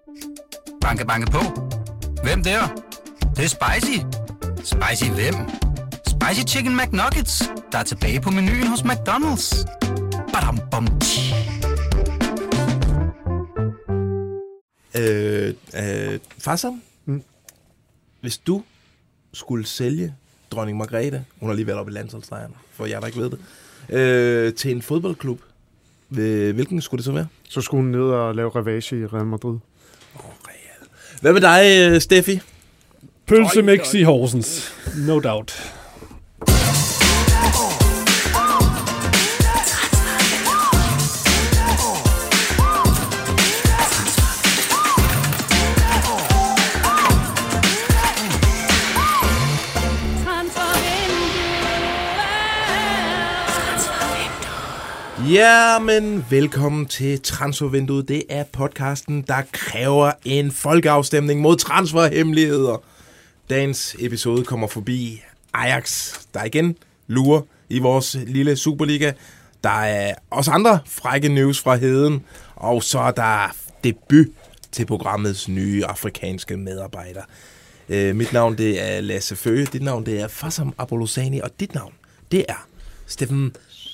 Banke, banke på. Hvem der? Det er spicy. Spicy hvem? Spicy Chicken McNuggets, der er tilbage på menuen hos McDonald's. Badum, bom, Farsam, hvis du skulle sælge dronning Margrethe, hun har lige været oppe i landsholdslejren, for jeg der ikke ved det, til en fodboldklub, hvilken skulle det så være? Så skulle hun ned og lave ravage i Real Madrid. Real. Hvad med dig, Steffi? Pølsemix i Horsens. No doubt. Ja, men velkommen til Transfervinduet. Det er podcasten, der kræver en folkeafstemning mod transferhemmeligheder. Dagens episode kommer forbi Ajax, der igen lurer i vores lille Superliga. Der er også andre frække news fra heden, og så er der debut til programmets nye afrikanske medarbejder. Mit navn det er Lasse Føge, dit navn det er Fassam Abolosani, og dit navn det er Steffen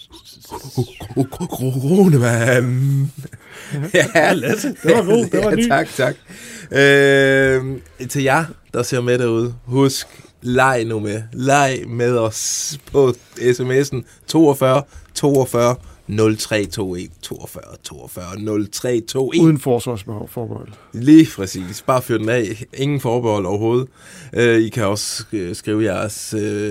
Kronemann. Ja, Lasse, det var god, det var ny. Tak. Til jer, der ser med derude, husk, leg nu med. Leg med os på sms'en 42 42 0321 42 42 0321. Uden forsvarsforbehold. Lige præcis. Bare fyr den af. Ingen forbehold overhovedet. I kan også skrive jeres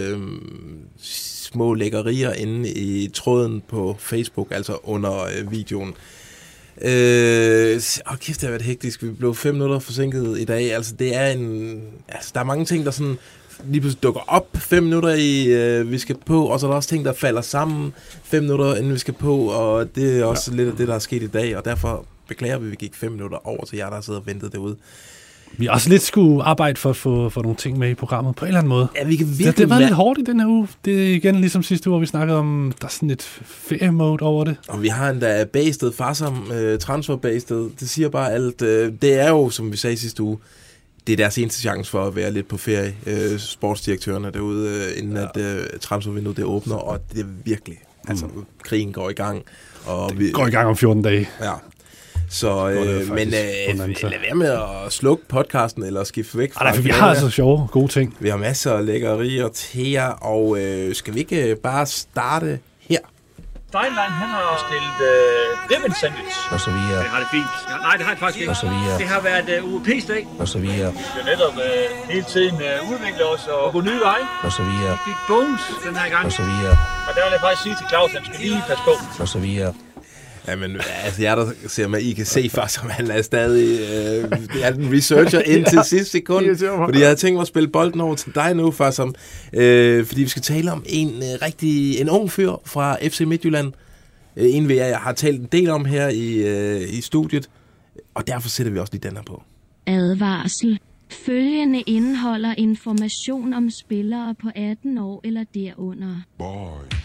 små lækkerier inde i tråden på Facebook, altså under videoen. Kæft, det har været hektisk. Vi blev 5 minutter forsinket i dag. Altså, det er der er mange ting, der sådan lige pludselig dukker op 5 minutter i, vi skal på, og så er der også ting, der falder sammen 5 minutter, inden vi skal på, og det er også lidt af det, der er sket i dag, og derfor beklager vi gik 5 minutter over til jer, der sidder og ventede derude. Vi har også lidt skulle arbejde for at få nogle ting med i programmet på en eller anden måde. Ja, vi kan virkelig... Det var lidt hårdt i den her uge. Det er igen ligesom sidste uge, hvor vi snakkede om, der er sådan et ferie-mode over det. Og vi har endda based, Farsam, transfer-based. Det siger bare alt. Det er jo, som vi sagde sidste uge, det er deres eneste chance for at være lidt på ferie, sportsdirektørerne derude, inden at transfervinduet det åbner, og det er virkelig, altså krigen går i gang. Og vi går i gang om 14 dage. Ja. Så, men lad være med at slukke podcasten eller skifte væk fra. For vi har altså sjove, gode ting. Vi har masser af lækkerier til jer, og skal vi ikke bare starte her? Steinlein, han har stillet ribbon sandwich. Og så videre. Det har det fint. Ja, nej, det har det faktisk ikke. Og så videre. Det har været UEP's dag. Og så videre. Vi skal netop hele tiden udvikle os og gå nye veje. Og så videre. Vi fik bones den her gang. Og så videre. Og der vil jeg faktisk sige til Claus, at han skal lige passe på. Og så videre. Jamen, altså jeg der ser med, I kan se faktisk, om han er stadig en researcher indtil sidste sekund, fordi jeg havde tænkt mig at spille bolden over til dig nu, Farsam, fordi vi skal tale om en ung fyr fra FC Midtjylland, en jeg har talt en del om her i studiet, og derfor sætter vi også lige den her på. Advarsel. Følgende indeholder information om spillere på 18 år eller derunder. Boys.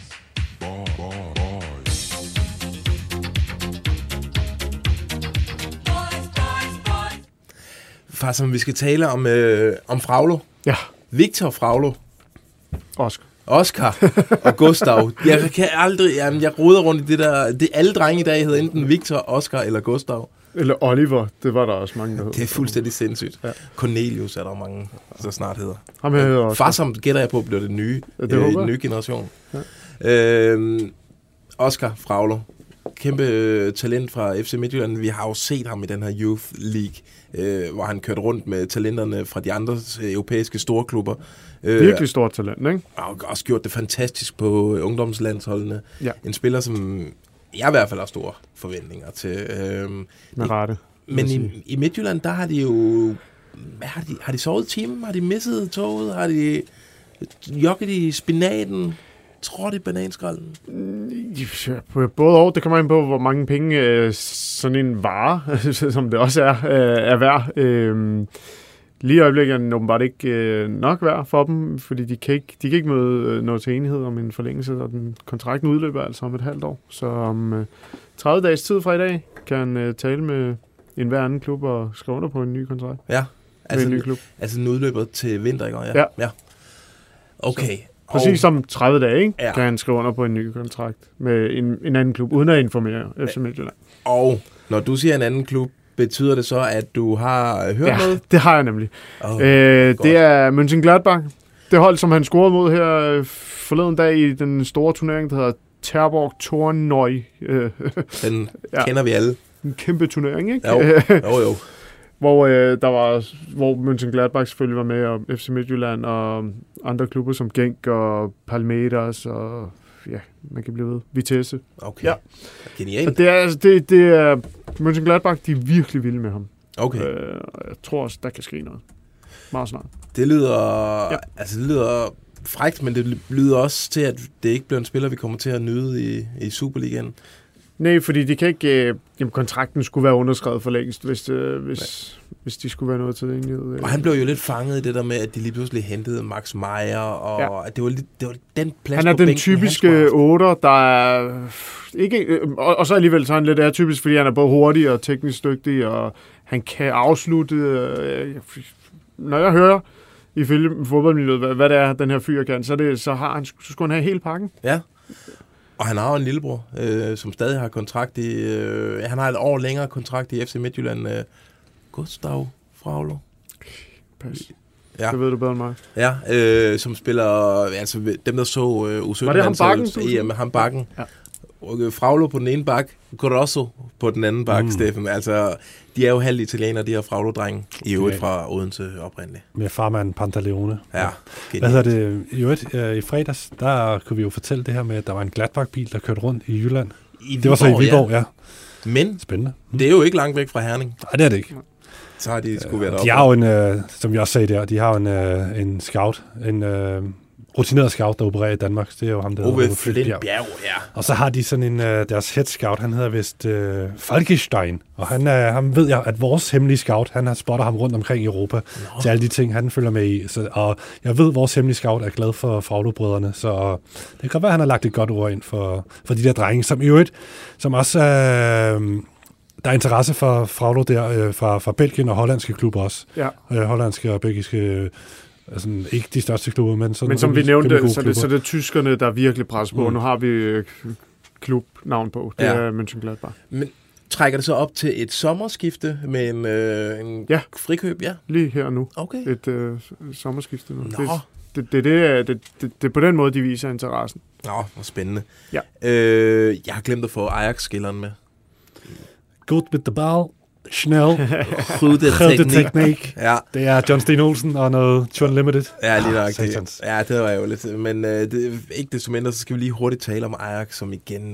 Farsam, vi skal tale om Fraulo. Ja. Victor Fraulo. Oscar og Gustav. Jeg kan aldrig... Jamen, jeg roder rundt i det der... Alle drenge i dag hedder enten Victor, Oscar eller Gustav. Eller Oliver. Det var der også mange, der hed. Det er fuldstændig sindssygt. Ja. Cornelius er der mange, der snart hedder. Ham hedder Oscar. Farsam gætter jeg på, bliver det nye. Ja, det den nye generation. Ja. Oscar Fraulo. Kæmpe talent fra FC Midtjylland. Vi har jo set ham i den her Youth League, hvor han kørte rundt med talenterne fra de andre europæiske storklubber. Virkelig stort talent, ikke? Og også gjort det fantastisk på ungdomslandsholdene. Ja. En spiller, som jeg i hvert fald har store forventninger til. Med rette. Men i Midtjylland, der har de jo... Har de sovet timen? Har de misset toget? Har de jogget i spinaten? Trådt i bananskralden? Både og. Det kommer ind på, hvor mange penge sådan en vare, som det også er værd. Lige i øjeblikket er den åbenbart ikke nok værd for dem, fordi de kan ikke nå til enighed om en forlængelse, og den kontrakten udløber altså om et halvt år. Så om 30 dages tid fra i dag kan han tale med en hver anden klub og skrive under på en ny kontrakt. Ja, Med en ny klub. altså den udløber til vinter, ikke? Ja. Okay. Præcis som 30 dage, ikke? Ja. Kan han skrive under på en ny kontrakt med en anden klub, uden at informere FC Midtjylland. Og når du siger en anden klub, betyder det så, at du har hørt noget? Det har jeg nemlig. Det er Mönchengladbach. Det hold, som han scorede mod her forleden dag i den store turnering, der hedder Terborg Tornøj. Den kender vi alle. En kæmpe turnering, ikke? Jo. Hvor Mönchengladbach selvfølgelig var med, og FC Midtjylland og andre klubber som Genk og Palmeiras og man kan blive ved. Vitesse. Okay. Ja. Genialt. Det er Mönchengladbach, de er virkelig vilde med ham. Okay. Jeg tror også, der kan ske noget. Meget snart. Det lyder frækt, men det lyder også til, at det ikke bliver en spiller, vi kommer til at nyde i Superligaen. Nej, fordi de kan ikke... kontrakten skulle være underskrevet for længst, hvis de skulle være noget til det egentlig. Og han blev jo lidt fanget i det der med, at de lige pludselig hentede Max Meyer, og at det var den plads han er på den bænken, typiske 8'er, der er ikke... Og så alligevel så er han lidt atypisk, fordi han er både hurtig og teknisk dygtig, og han kan afslutte... Når jeg hører i fodboldmiljøet, hvad det er, den her fyr kan, så skulle han have hele pakken. Ja. Og han har jo en lillebror, som stadig har kontrakt i... han har et år længere kontrakt i FC Midtjylland. Gustav Fraulo. Pas. Ja. Det ved du bedre end mig. Ja, som spiller... Altså, dem der så U17... Var det ham bakken? Ja, med ham bakken. Ja. Fraulo på den ene bak, Grosso på den anden bak, Steffen. Altså, de er jo halv italienere, de her Fraulo-drenge. I øvrigt fra Odense oprindeligt. Med farmand Pantaleone. Ja. Hvad hedder det? I øvrigt, i fredags, der kunne vi jo fortælle det her med, at der var en Gladbach-bil, der kørte rundt i Jylland. Det var så i Viborg, ja. Men spændende. Det er jo ikke langt væk fra Herning. Nej, det er det ikke. Så har de sgu været deroppe. De har jo en, som jeg også sagde der, de har jo en scout, en rutineret scout, der opererer i Danmark. Det er jo ham, der Ove Flintbjerg, ja. Og så har de sådan en, deres head scout, han hedder vist Falkestein. Og han ved jeg, at vores hemmelige scout, han har spotter ham rundt omkring i Europa til alle de ting, han følger med i. Og jeg ved, at vores hemmelige scout er glad for Fraulo-brødrene, så det kan godt være, at han har lagt et godt ord ind for de der drenge, som i øvrigt, som også der er interesse for Fraulo der fra Belgien og hollandske klubber også. Ja. Hollandske og belgiske... Altså, ikke de største klubber, men sådan... Men som vi nævnte, så det er tyskerne, der virkelig presser på. Nu har vi klubnavn på. Det er Mönchengladbach. Men trækker det så op til et sommerskifte med en frikøb? Ja, lige her og nu. Okay. Et sommerskifte nu. Det er på den måde, de viser interessen. Nå, hvor spændende. Ja. Jeg har glemt at få Ajax-skilleren med. Good with the ball. Snel. Gode teknik. Ja. Det er John Sten Olsen og noget Tune Limited. Ja, lige nok. Ja, det var jo lidt. Men ikke desto mindre, så skal vi lige hurtigt tale om Ajax, som igen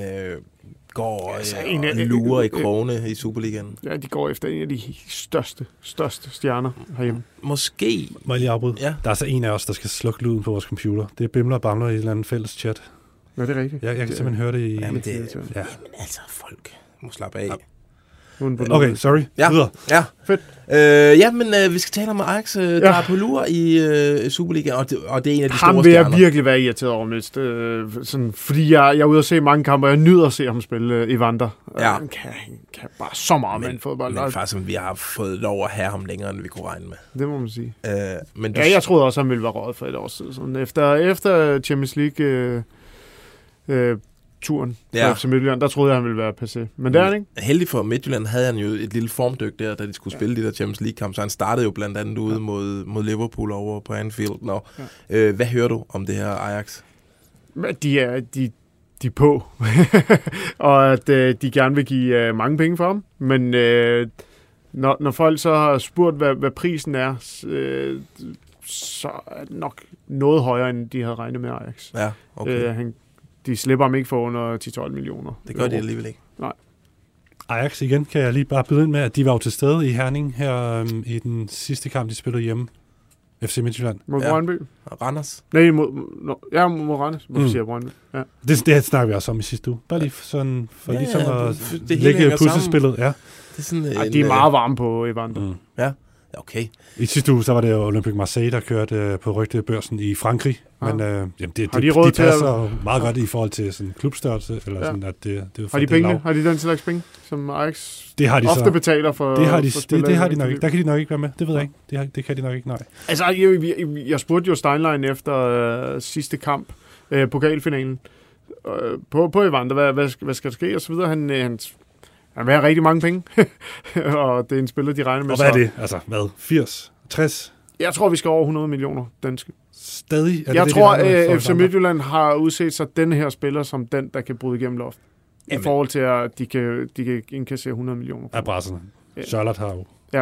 går og lurer i krogene i Superligaen. Ja, de går efter en af de største stjerner herhjemme. Måske. Må jeg lige afbryde? Ja. Der er så en af os, der skal slukke lyden på vores computer. Det er bimler og bamler i et eller andet fælles chat. Ja, det er rigtigt. Jeg kan simpelthen høre det i... Jamen, altså, folk må slappe af. Ja. Okay, sorry. Ja, videre. Ja. Fedt. Men vi skal tale om Ajax, der er på lur i Superligaen, og det er en af de store stjerner. Ham vil jeg virkelig være irriteret over mest. Sådan, fordi jeg er ude at se mange kampe, og jeg nyder at se ham spille Evander. Ja. Han kan bare så meget med en fodbold. Men faktisk, vi har fået lov at have ham længere, end vi kunne regne med. Det må man sige. Men jeg troede også, han ville være røget for et år siden. Efter Champions League... turen til Midtjylland, der troede jeg, han ville være passé. Men det er han ikke. Heldig for Midtjylland havde han jo et lille formdyk der, da de skulle spille de der Champions League-kamp, så han startede jo blandt andet ude mod Liverpool over på Anfield. Hvad hører du om det her Ajax? De er på, og at de gerne vil give mange penge for ham, men når folk så har spurgt, hvad prisen er, så er det nok noget højere, end de havde regnet med Ajax. Ja, okay. De slipper ham ikke for under 10-12 millioner. Det gør de alligevel ikke. Nej. Ajax igen, kan jeg lige bare byde ind med, at de var jo til stede i Herning her i den sidste kamp, de spillede hjemme. FC Midtjylland. Mod Brøndby. Randers. Nej, mod Randers. Hvorfor siger jeg Brøndby? Ja. Det snakker vi også om i sidste uge. Bare lige sådan, for ligesom at lægge puslespillet. Ja. Det er sådan de er meget varme på Evander. Ja. Okay. I sidste uge, så var det Olympique Marseille, der kørte på rygtebørsen i Frankrig. Men jamen, de passer meget godt i forhold til sådan klubstørrelse. Eller sådan, at det har de penge? Har de den slags penge, som Ajax det har de ofte så. Betaler for? Det har de nok ikke. Der kan de nok ikke være med. Det ved jeg ikke. Det kan de nok ikke, nej. Altså, jeg spurgte jo Steinlein efter sidste kamp, pokalfinalen, på Evander, hvad skal der ske, og så videre. Han vil have rigtig mange penge, og det er en spiller, de regner med. Og hvad er det? Altså, hvad? 80? 60? Jeg tror, vi skal over 100 millioner danske. Stadig? Jeg tror, FC Midtjylland har udset sig denne her spiller som den, der kan bryde igennem loft. I forhold til, at de kan indkassere 100 millioner. Af brasserne. Charlotte har jo. Ja,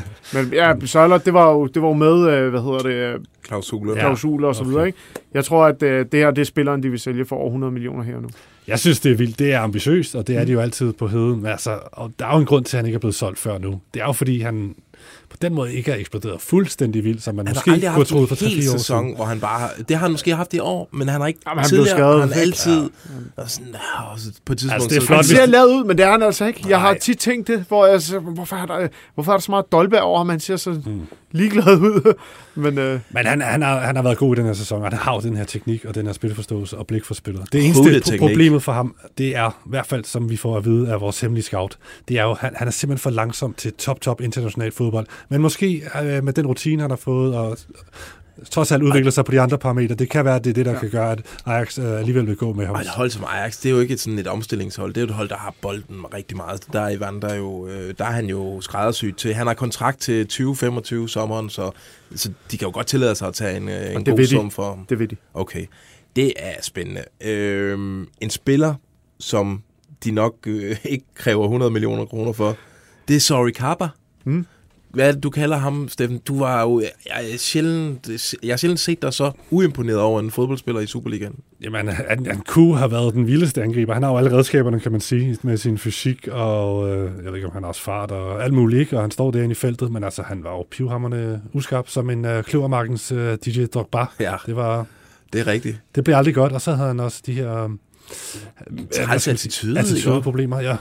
men Charlotte, det var jo med, klausuler og så videre, ikke? Jeg tror, at det her, det er spilleren, de vil sælge for over 100 millioner her nu. Jeg synes, det er vildt. Det er ambitiøst, og det er de jo altid på heden. Altså, og der er jo en grund til, at han ikke er blevet solgt før nu. Det er jo, fordi han på den måde ikke er eksploderet fuldstændig vildt, som man måske kunne tro for 3-4 år siden. Hvor han bare, det har han måske haft i år, men han har ikke tidligere, han altid sådan, på et tidspunkt. Altså, det er flot, han ser lavet ud, men det er han altså ikke. Jeg har tit tænkt det, hvor jeg siger, hvorfor er der så meget Dolberg over ham, han ser så ligeglad ud. Men han har været god i den her sæson, og han har jo den her teknik og den her spilforståelse og blik for spillet. Det eneste problemet for ham, det er i hvert fald, som vi får at vide af vores hemmelige scout, det er jo, han er simpelthen for langsom til top international fodbold. Men måske med den rutine, han har fået, og trods alt udvikler sig på de andre parametre, det kan være, det er det, der kan gøre, at Ajax alligevel vil gå med ham. Og et hold som Ajax, det er jo ikke sådan et omstillingshold. Det er jo et hold, der har bolden rigtig meget. Der er han jo skræddersygt til. Han har kontrakt til 2025 sommeren, så de kan jo godt tillade sig at tage en god sum for ham. Det ved de. Okay, det er spændende. En spiller, som de nok ikke kræver 100 millioner kroner for, det er Sorry Kappa. Hvad er det, du kalder ham, Steffen? Du var jo... Jeg har sjældent set dig så uimponeret over en fodboldspiller i Superligaen. Jamen, han kunne have været den vildeste angriber. Han har jo alle redskaberne, kan man sige, med sin fysik, og jeg ved ikke, om han har også fart og alt muligt, ikke? Og han står derinde i feltet, men altså, han var jo pivhamrende uskarp, som en kløvermarkens DJ Drogba. Ja, det er rigtigt. Det blev aldrig godt, og så havde han også de her... attitude-problemer, ja.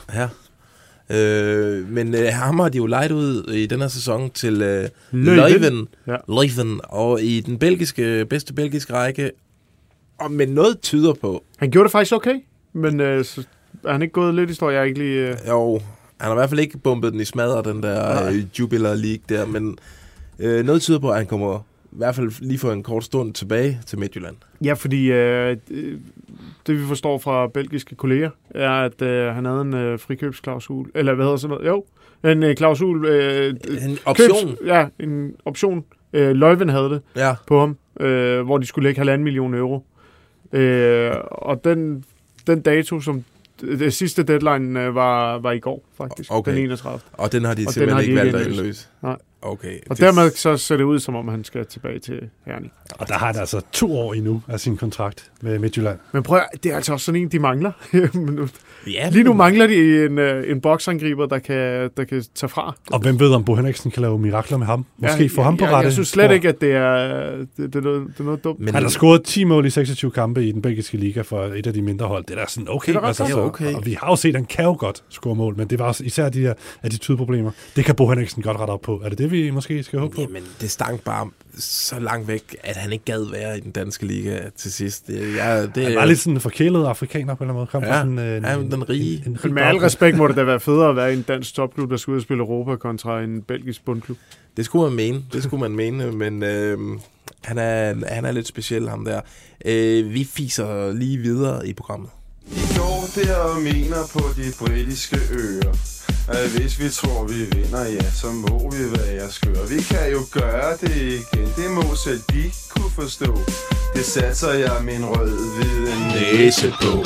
Men ham har de jo lejet ud i den her sæson til Leuven, og i den bedste belgiske række, og med noget tyder på. Han gjorde det faktisk okay, men er han ikke gået lidt i står, jeg ikke lige... Jo, han har i hvert fald ikke bumpet den i smadret, den der Jubiler League der, men noget tyder på, at han kommer i hvert fald lige for en kort stund tilbage til Midtjylland. Ja, fordi det vi forstår fra belgiske kolleger, er, at han havde en frikøbsklausul, eller hvad hedder sådan noget? Jo, en klausul. En option? En option. Leuven havde det på ham, hvor de skulle lægge 1,5 million euro. Og den dato, som det sidste deadline var i går, faktisk. Okay. Den 31. Og den har de simpelthen ikke valgt at indløse? Nej. Okay. Og dermed så ser det ud, som om han skal tilbage til Herning. Og der har han altså 2 år endnu af sin kontrakt med Midtjylland. Men prøv at, det er altså også sådan en, de mangler. Lige nu mangler de en boksangriber, der kan tage fra. Og hvem ved, om Bo Henriksen kan lave mirakler med ham? Måske få ham på rette. Jeg synes slet ikke, at det er noget dumt. Men han har scoret 10 mål i 26 kampe i den belgiske liga for et af de mindre hold. Det er da sådan okay. Det er okay. Og vi har jo set, at han kan jo godt score mål, men det var også især de her attitude-problemer. Det kan Bo Henriksen godt rette op på. Er det vi måske skal håbe på? Jamen, det stank bare så langt væk, at han ikke gad være i den danske liga til sidst. Han var lidt sådan en forkælet afrikaner på en eller anden måde. Den rige. Men med al respekt må det da være federe at være i en dansk topklub, der skal ud og spille Europa kontra en belgisk bundklub. Det skulle man mene. Men han er lidt speciel, ham der. Vi fiser lige videre i programmet. I går der mener på de britiske øer. Hvis vi tror, vi vinder, ja, så må vi være skøre. Vi kan jo gøre det igen, det må selv de kunne forstå. Det satser jeg min rød-hvide næse på.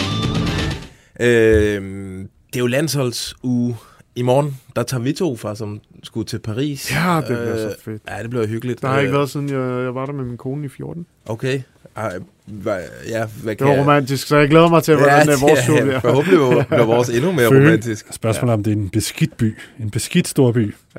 Det er jo landsholdsuge. I morgen, der tager vi 2 fra, som skulle til Paris. Ja, det bliver så fedt. Ja, det bliver hyggeligt. Der har ikke været siden, jeg var der med min kone i 14. Okay. Hvad det var romantisk, så jeg glæder mig til, hvordan vores tur bliver. Forhåbentlig bliver vores endnu mere romantisk. Spørgsmålet om det er en beskidt by. En beskidt stor by. Ja.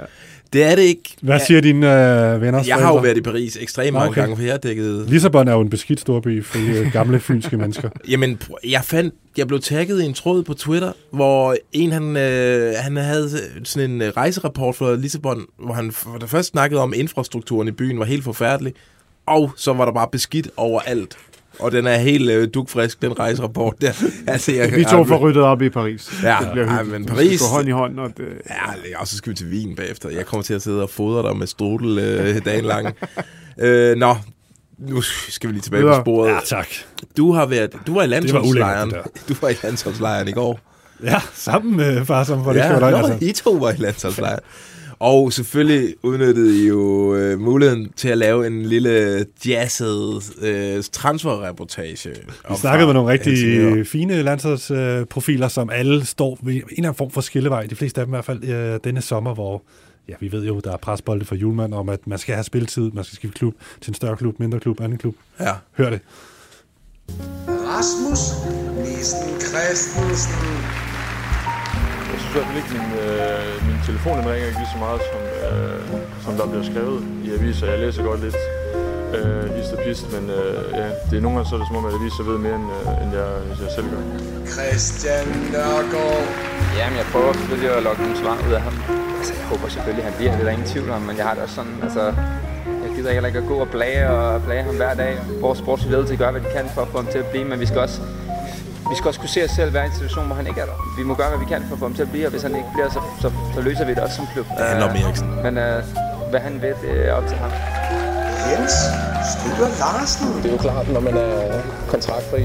Det er det ikke. Hvad siger dine venner? Jeg har jo været i Paris ekstremt mange gange, for jeg har dækket... Lissabon er jo en beskidt storby for gamle fynske mennesker. Jamen, jeg blev tagget i en tråd på Twitter, hvor han havde sådan en rejserapport for Lissabon, hvor han for det første snakkede om, infrastrukturen i byen var helt forfærdelig, og så var der bare beskidt overalt. Og den er helt dugfrisk, den rejserapport der. Altså, vi to får ryddet op i Paris. Ja, det bliver men Paris... Gå hånd i hånd. Og det... Ja, og så skal vi til Wien bagefter. Jeg kommer til at sidde og fodre dig med strudel dagen lang. Nå, nu skal vi lige tilbage på sporet. Ja, tak. Du var i landsholdslejren. Du var i landsholdslejren i går. Ja, sammen med far, som var det altså. I to var i landsholdslejren. Og selvfølgelig udnyttede I jo muligheden til at lave en lille jazzet transferreportage. Vi snakkede med nogle rigtig fine landsholdsprofiler, som alle står ved en eller anden form for skillevej. De fleste af dem i hvert fald denne sommer, hvor vi ved jo, der er presbolde for Hjulmand om, at man skal have spilletid, man skal skifte klub til en større klub, mindre klub, anden klub. Ja. Hør det. Rasmus Nielsen Christensen. Jeg synes i hvert fald ikke, min telefon ringer ikke lige så meget, som der bliver skrevet i aviser. Jeg læser godt lidt hist og pist, men det er nogle gange så er det som om, at aviser ved mere, end jeg selv gør. Christian Nørgaard. Jamen, jeg prøver selvfølgelig at lokke nogle svar ud af ham. Altså, jeg håber selvfølgelig, at han bliver, det er der ingen tvivl om, men jeg har det også sådan, altså... Jeg gider heller ikke at gå og blage ham hver dag. Vores sportslige ledelse gør, hvad de kan for at få ham til at blive, men vi skal også kunne se os selv være i en situation, hvor han ikke er der. Vi må gøre, hvad vi kan for at få ham til at blive, og hvis han ikke bliver, så løser vi det også som klub. Det handler om Eriksen. Men hvad han ved, det er op til ham. Jens Stryger Larsen. Det er jo klart, når man er kontraktfri,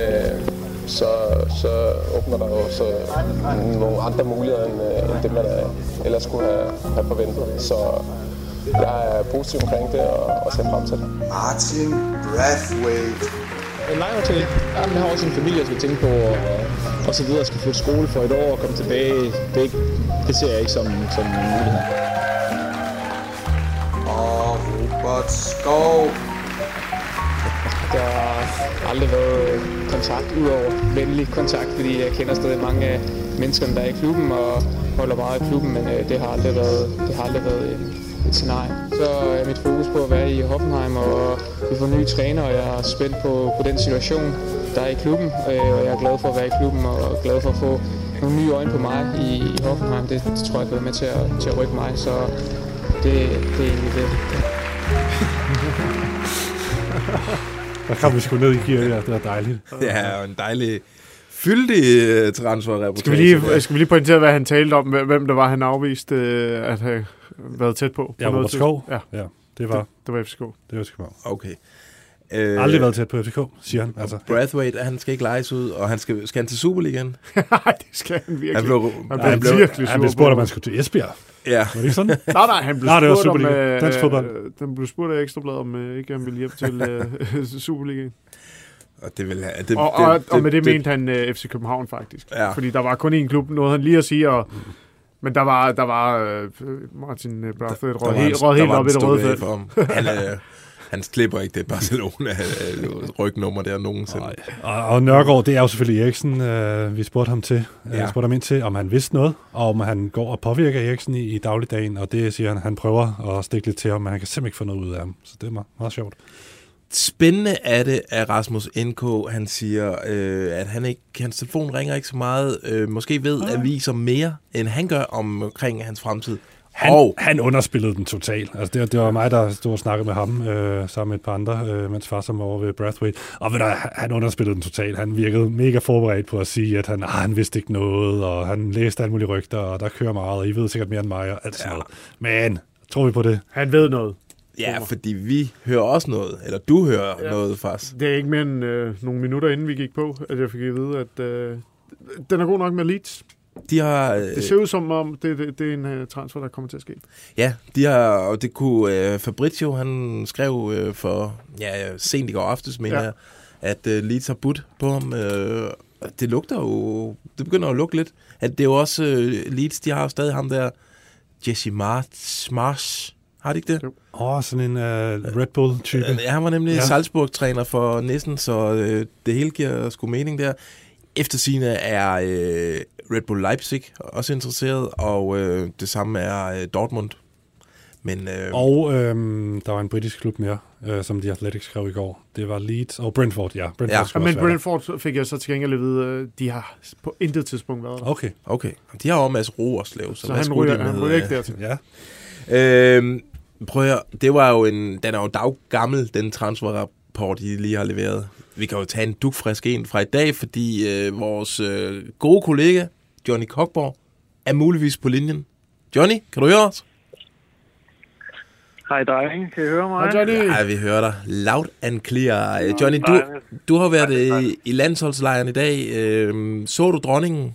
så åbner der jo så nogle andre muligheder, end det man ellers skulle have forventet. Så jeg er positiv omkring det og ser frem til det. Martin Brathwaite. En lejeaftale. Jamen, jeg har også en familie, jeg skal tænke på, og så videre. Jeg skal flytte skole for et år og komme tilbage. Det ser jeg ikke som en mulighed. Og Robert Skov. Der har aldrig været kontakt, udover venlig kontakt, fordi jeg kender stadig mange af menneskerne, der er i klubben og holder meget af klubben, men det har aldrig været et scenarie. Så er mit fokus på at være i Hoffenheim, og vi får nye træner, og jeg er spændt på den situation, der er i klubben, og jeg er glad for at være i klubben, og glad for at få nogle nye øjne på mig i Hoffenheim. Det tror jeg kan være med til at rykke mig, så det er egentlig det. Der kom vi sgu ned i gear der, det var dejligt. Ja, en dejlig fyldig transferreportage. Skal vi lige pointere, hvad han talte om, hvem der var, han afviste at have været tæt på? Ja, Robert Skov. Ja, det var FCK. Det var FCK. Okay. Aldrig været tæt på FCK, siger han. Altså. Brathwaite, han skal ikke lejes ud, og skal han til Superligaen? Nej, det skal han virkelig. Han blev spurgt, om han skulle til Esbjerg. Ja. Var det ikke sådan? Nej, han blev spurgt om... Dansk fodbold. Den blev spurgt af Ekstrabladet, om ikke han ville hjem til Superligaen. Og det vil have... Og med det mente han FC København, faktisk. Ja. Fordi der var kun én klub, noget han lige at sige, og... Men der var Martin Brathwaite råd helt op i det røde felt. Han slipper ikke det Barcelona rygnummer der nogensinde. Og Nørgaard, det er jo selvfølgelig Eriksen, vi spurgte ham til. Ja. Spurgte ham ind til, om han vidste noget, og om han går og påvirker Eriksen i dagligdagen, og det siger han prøver at stikke lidt til ham, men han kan simpelthen ikke få noget ud af ham. Så det er meget, meget sjovt. Spændende er det, at Rasmus NK, han siger, at hans telefon ringer ikke så meget. Måske ved aviser mere, end han gør omkring hans fremtid. Han underspillede den totalt. Altså det var mig, der stod og snakkede med ham, sammen med et par andre, mens far som var over ved Brathwaite. Og han underspillede den totalt. Han virkede mega forberedt på at sige, at han vidste ikke noget, og han læste alle mulige rygter, og der kører meget, og I ved sikkert mere end mig, og alt sådan noget. Men, tror vi på det? Han ved noget. Ja, fordi vi hører også noget, eller du hører noget faktisk. Det er ikke mere end nogle minutter, inden vi gik på, at jeg fik at vide, at den er god nok med Leeds. Det ser ud som om, det er en transfer, der kommer til at ske. Ja, og det kunne Fabrizio, han skrev for sent i går aftes, mener jeg, at Leeds har budt på ham. Det begynder at lugte lidt. At det er jo også Leeds, de har stadig ham der, Jesse Marsch. Har de ikke det? Sådan en Red Bull-type. Han var nemlig Salzburg-træner for Nissen, så det hele giver sgu mening der. Eftersigende er Red Bull Leipzig også interesseret, og det samme er Dortmund. Men, og der var en britisk klub mere, som The Athletic skrev i går. Det var Leeds og Brentford, ja. Men Brentford fik jeg så til gengæld at vide, de har på intet tidspunkt været der. Okay. De har også en masse Roerslev. Så han ryger ikke dertil. Ja. Prøv at høre, det var jo den er jo daggammel, den transferrapport, I lige har leveret. Vi kan jo tage en dugfrisk en fra i dag, fordi vores gode kollega, Johnny Kokborg, er muligvis på linjen. Johnny, kan du høre os? Hej drenge, kan I høre mig? Hej Johnny. Ja, vi hører dig loud and clear. Johnny, du har været i landsholdslejren i dag. Så du dronningen?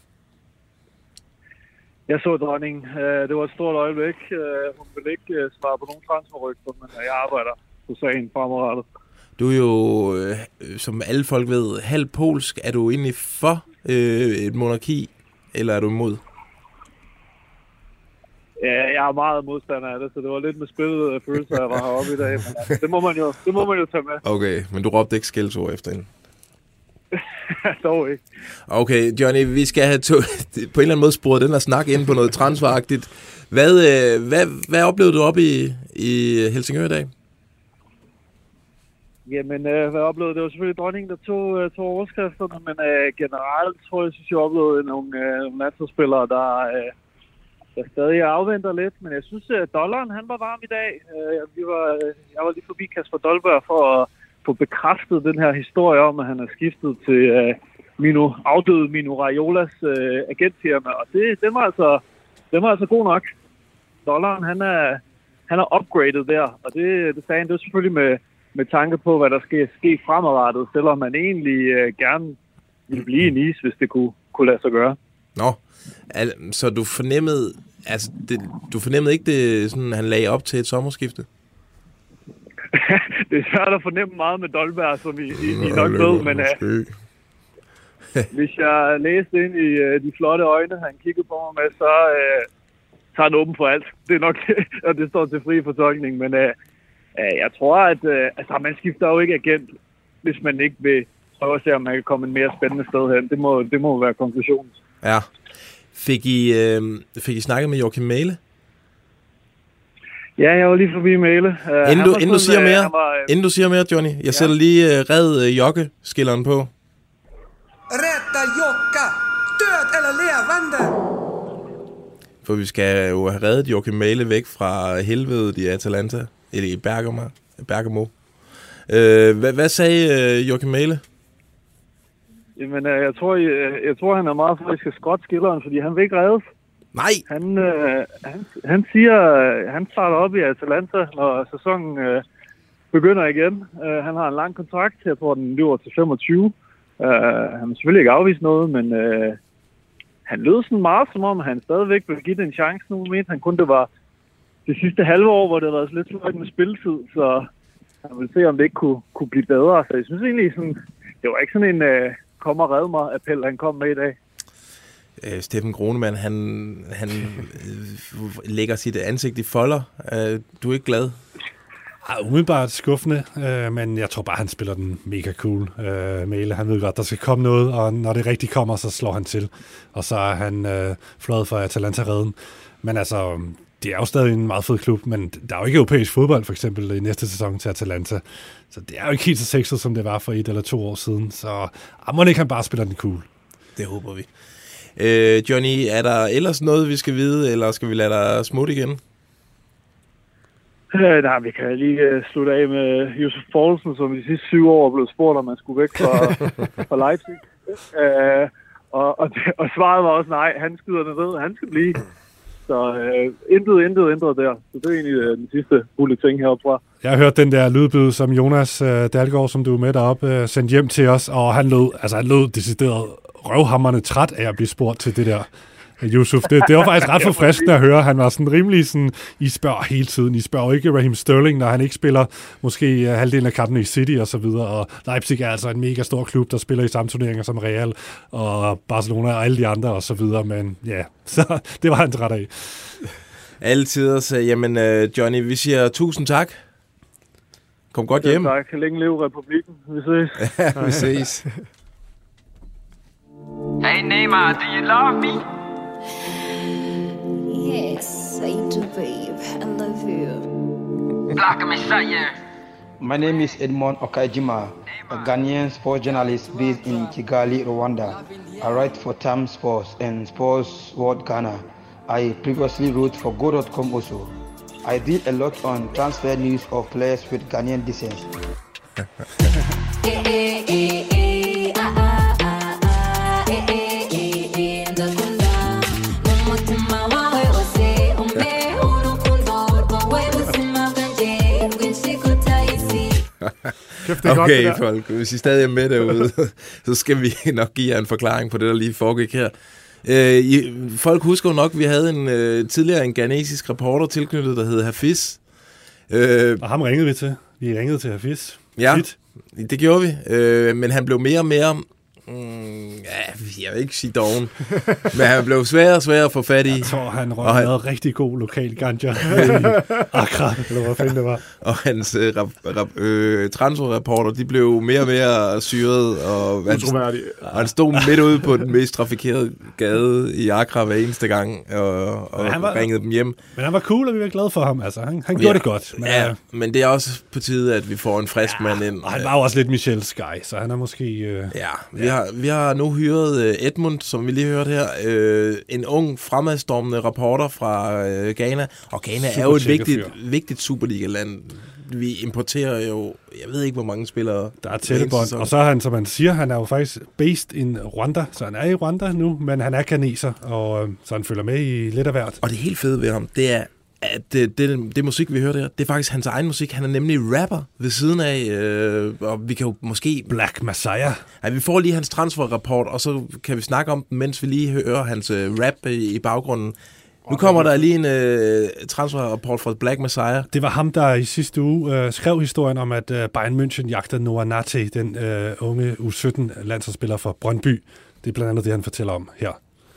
Jeg så dronningen. Det var et stort øjeblik. Hun vil ikke svare på nogen transferrygter, men jeg arbejder på sagen fremadrettet. Du er jo, som alle folk ved, halv polsk. Er du egentlig for et monarki, eller er du imod? Ja, jeg er meget modstander af det, så det var lidt med spillet følelser, jeg var heroppe i dag. Men det må man jo tage med. Okay, men du råbte ikke skældsord efter hende? Dog ikke. Okay, Johnny, vi skal have på en eller anden måde sporet den her snak ind på noget transferagtigt. Hvad oplevede du op i Helsingør i dag? Jamen, hvad jeg oplevede? Det var selvfølgelig dronningen, der tog overskrifterne, men generelt tror jeg, jeg oplevede nogle landsholdsspillere, der stadig afventer lidt. Men jeg synes, at dollaren, han var varm i dag. Jeg var lige forbi Kasper Dolberg for at få bekræftet den her historie om, at han er skiftet til afdøde Mino Raiolas agentfirma. Og den var altså god nok. Dollaren, han er upgraded der, og det sagde han, det var selvfølgelig med tanke på, hvad der skal ske fremadrettet, selvom man egentlig gerne ville blive i Nice, hvis det kunne lade sig gøre. Nå, så du fornemmede, du fornemmede ikke det, sådan, han lagde op til et sommerskifte? Det er svært at fornemme meget med Dolberg, som I nok ved, men hvis jeg læste ind i de flotte øjne, han kiggede på mig med, så tager han åben for alt. Det er nok og det står til fri fortolkning, men jeg tror, at man skifter jo ikke agent, hvis man ikke vil prøve at se, om man kan komme en mere spændende sted hen. Det må være konklusionen. Ja. Fik I snakket med Joachim Mæhle? Ja, jeg var lige forbi Mæhle. Inden du siger mere, Johnny, jeg sætter lige red jokkeskilleren på. Rädda Jokka! Død eller levende! For vi skal jo have reddet Joachim Mæhle væk fra helvedet i Atalanta, eller i Bergamo. Hvad sagde Joachim Mæhle? Jamen, jeg tror, han er meget for, at vi skal skrotte skilleren, fordi han vil ikke reddes. Nej! Han siger, han starter op i Atalanta, når sæsonen begynder igen. Han har en lang kontrakt, jeg tror, den løber til 25. Han vil selvfølgelig ikke afvise noget, men han lød sådan meget, som om han stadigvæk vil give det en chance nu. Men han kun det var det sidste halve år, hvor det har været lidt sløjt med spilletid, så han vil se, om det ikke kunne blive bedre. Så jeg synes egentlig, sådan, det var ikke sådan en kom og red mig appel, han kom med i dag. Steffen Gronemann, han lægger sit ansigt i folder. Du er ikke glad? Umiddelbart skuffende, men jeg tror bare, han spiller den mega cool. Mæhle, han ved godt, der skal komme noget, og når det rigtig kommer, så slår han til. Og så er han fløjet for Atalanta-redden. Men altså, det er jo stadig en meget fed klub, men der er jo ikke europæisk fodbold, for eksempel, i næste sæson til Atalanta. Så det er jo ikke helt så sexet, som det var for 1 eller 2 år siden. Så må ikke han bare spiller den cool. Det håber vi. Johnny, er der ellers noget, vi skal vide, eller skal vi lade dig smutte igen? Nej, vi kan lige slutte af med Josef Poulsen, som i de sidste 7 år blev spurgt, om man skulle væk fra Leipzig. Og svaret var også nej, han skyder det ned, han skal blive. Så intet ændret der. Så det er egentlig den sidste fulde ting heroppe fra. Jeg har hørt den der lydbid, som Jonas Dalgaard, som du er med deroppe, sendt hjem til os, og han lød decideret røvhammerne træt af at blive spurgt til det der. Yusuf, det var faktisk ret forfriskende at høre. Han var sådan rimelig sådan, I spørger hele tiden. I spørger ikke Raheem Sterling, når han ikke spiller måske halvdelen af kampene i City og så videre. Og Leipzig er altså en mega stor klub, der spiller i samme turneringer som Real og Barcelona og alle de andre og så videre. Men ja, så det var han træt af. Altid. Så, jamen, Johnny, vi siger 1000 tak. Kom godt hjem. Tak. Længe leve Republikken. Vi ses. Ja, vi ses. Hey Neymar, do you love me? Yes, I do, babe. I love you. Black Messiah. My name is Edmond Okajima, a Ghanaian sports journalist based in Kigali, Rwanda. I write for Time Sports and Sports World Ghana. I previously wrote for Go.com also. I deal a lot on transfer news of players with Ghanaian descent. Okay, folk, hvis I stadig er med derude, så skal vi nok give jer en forklaring på det, der lige foregik her. Folk husker jo nok, at vi havde tidligere en ghanesisk reporter tilknyttet, der hed Hafiz. Og ham ringede vi til. Vi ringede til Hafiz. Ja, det gjorde vi. Men han blev mere og mere... jeg vil ikke sige doven, men han blev sværere og sværere at få fat i. Jeg tror, han røg noget rigtig god lokal ganja i Accra, eller hvad fanden det var. Og hans transferreporter, de blev mere og mere syret, og han stod midt ude på den mest trafikerede gade i Accra hver eneste gang, og ringede dem hjem. Men han var cool, og vi var glade for ham. Altså, han gjorde det godt. Men, men det er også på tide, at vi får en frisk mand ind. Og han var jo også lidt Michel Sky, så han er måske... Vi har nu hyret Edmund, som vi lige hørte her, en ung fremadstormende reporter fra Ghana. Og Ghana er jo et vigtigt Superliga-land. Vi importerer jo, jeg ved ikke, hvor mange spillere. Der er tællebånd, og så er han, som man siger, han er jo faktisk based in Rwanda, så han er i Rwanda nu, men han er ghaneser, og så han følger med i lidt af hvert. Og det helt fede ved ham, det er, at det musik, vi hørte her, det er faktisk hans egen musik. Han er nemlig rapper ved siden af, og vi kan jo måske... Black Messiah. Ja, vi får lige hans transferrapport, og så kan vi snakke om den, mens vi lige hører hans rap i baggrunden. Nu kommer der lige en transferrapport fra Black Messiah. Det var ham, der i sidste uge skrev historien om, at Bayern München jagter Noah Nate, den unge U17-landsholdsspiller fra Brøndby. Det er blandt andet det, han fortæller om her.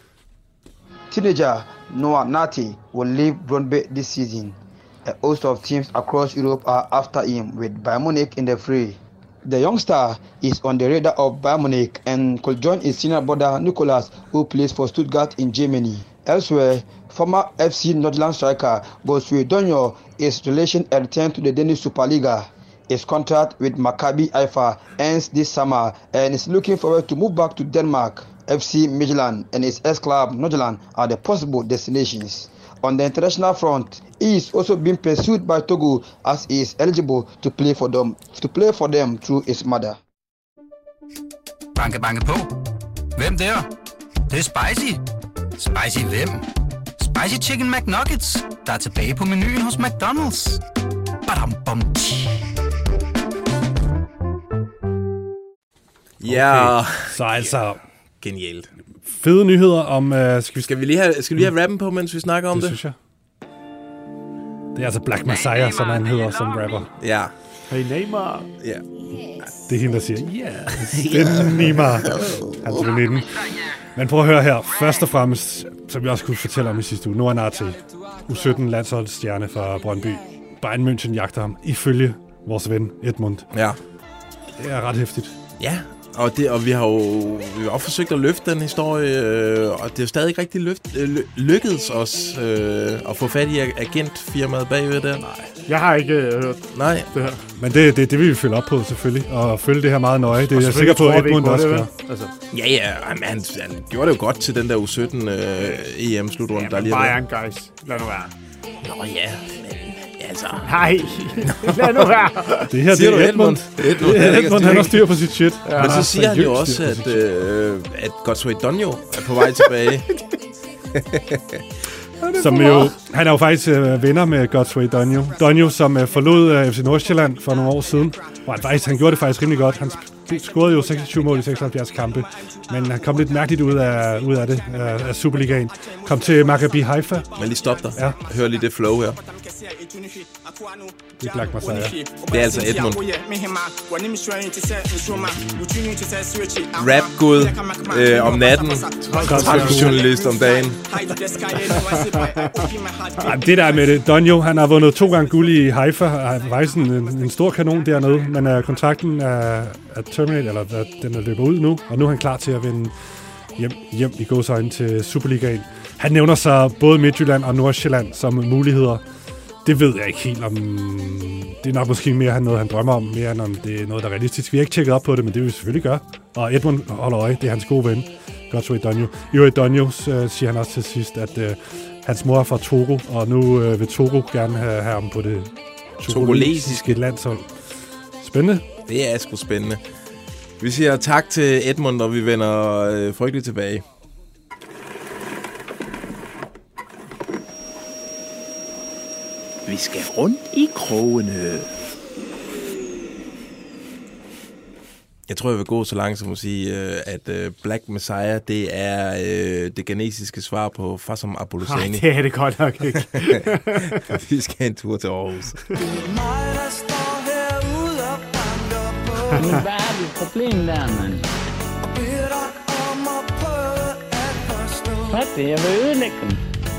Teenager Noah Nate will leave Brøndby this season. A host of teams across Europe are after him, with Bayern Munich in the fray. The youngster is on the radar of Bayern Munich and could join his senior brother Nicolas, who plays for Stuttgart in Germany. Elsewhere, former FC Nordland striker Godswill Donyo is relation a return to the Danish Superliga. His contract with Maccabi Haifa ends this summer and is looking forward to move back to Denmark. FC Midtjylland and his ex-club Nordland are the possible destinations. On the international front, he is also being pursued by Togo as he is eligible to play for them through his mother. Banke, banke på. Hvem der? Det er Spicy. Spicy hvem? Spicy Chicken McNuggets, der er tilbage på menuen hos McDonald's. Badum, bom, ja, så altså... Genialt. Fede nyheder om... Skal vi lige have rappen på, mens vi snakker om det? Det synes jeg. Det er altså Black Messiah, som han hedder som rapper. Ja. Hey Neymar. Ja. Det er hende, der siger, det er Neymar, hans veninde. Men prøv at høre her. Først og fremmest, som vi også kunne fortælle om i sidste uge, Noah Nate, U17-landsholdsstjerne fra Brøndby. Bayern München jagter ham, ifølge vores ven Edmund. Ja. Det er ret hæftigt. Ja. Og vi har også forsøgt at løfte den historie, og det er jo stadig ikke rigtig lykkedes os at få fat i agentfirmaet bagved der. Nej, jeg har ikke hørt det her. Men det vil vi følge op på selvfølgelig, og følge det her meget nøje. Det er jeg sikker på, at Edmund også gør. Altså. Ja, han gjorde det jo godt til den der U17 EM-slutrunde, der lige var. Bayern, guys. Lad nu være. Nå ja, altså. Nej, lad nu være. Det her, det er Edmund. Edmund, han har styr på sit shit. Ja, men så siger han jo også, at Godswill Donyo er på vej tilbage. Han er jo faktisk venner med Godswill Donyo. Donyo, som forlod FC Nordsjælland for nogle år siden. Og han gjorde det faktisk rimelig godt. Han scorede jo 26 mål i 76 kampe. Men han kom lidt mærkeligt ud af det, af Superligaen. Kom til Maccabi Haifa. Men lige stop dig. Ja. Hør lige det flow her. Det er Black Messiah. Det er altså Edmund. Rap-gud om natten. Transjournalist om dagen. Det der med det. Donyo, han har vundet 2 gange guld i Haifa. Han er faktisk en stor kanon dernede. Men kontrakten er terminate, eller den er løbet ud nu. Og nu er han klar til at vende hjem i gåseøjne til Superligaen. Han nævner så både Midtjylland og Nordsjælland som muligheder. Det ved jeg ikke helt om... Det er nok måske mere noget, han drømmer om, mere end om det er noget, der er realistisk. Vi har ikke tjekket op på det, men det vil vi selvfølgelig gøre. Og Edmund holder øje, det er hans gode ven, Godfrey Donio. I Donio siger han også til sidst, at hans mor er fra Togo, og nu vil Togo gerne have ham på det togolesiske landshold. Spændende. Det er sgu spændende. Vi siger tak til Edmund, og vi vender frygteligt tilbage. Vi skal rundt i krogene. Jeg tror, jeg vil gå så langt som at sige, at Black Messiah, det er det ghanesiske svar på Fasom Abolosani. Nej, det er det godt nok ikke. Vi skal have en tur til Aarhus. Men hvad er dit problem der, mand? Hvad det? Jeg vil ødelægge dem.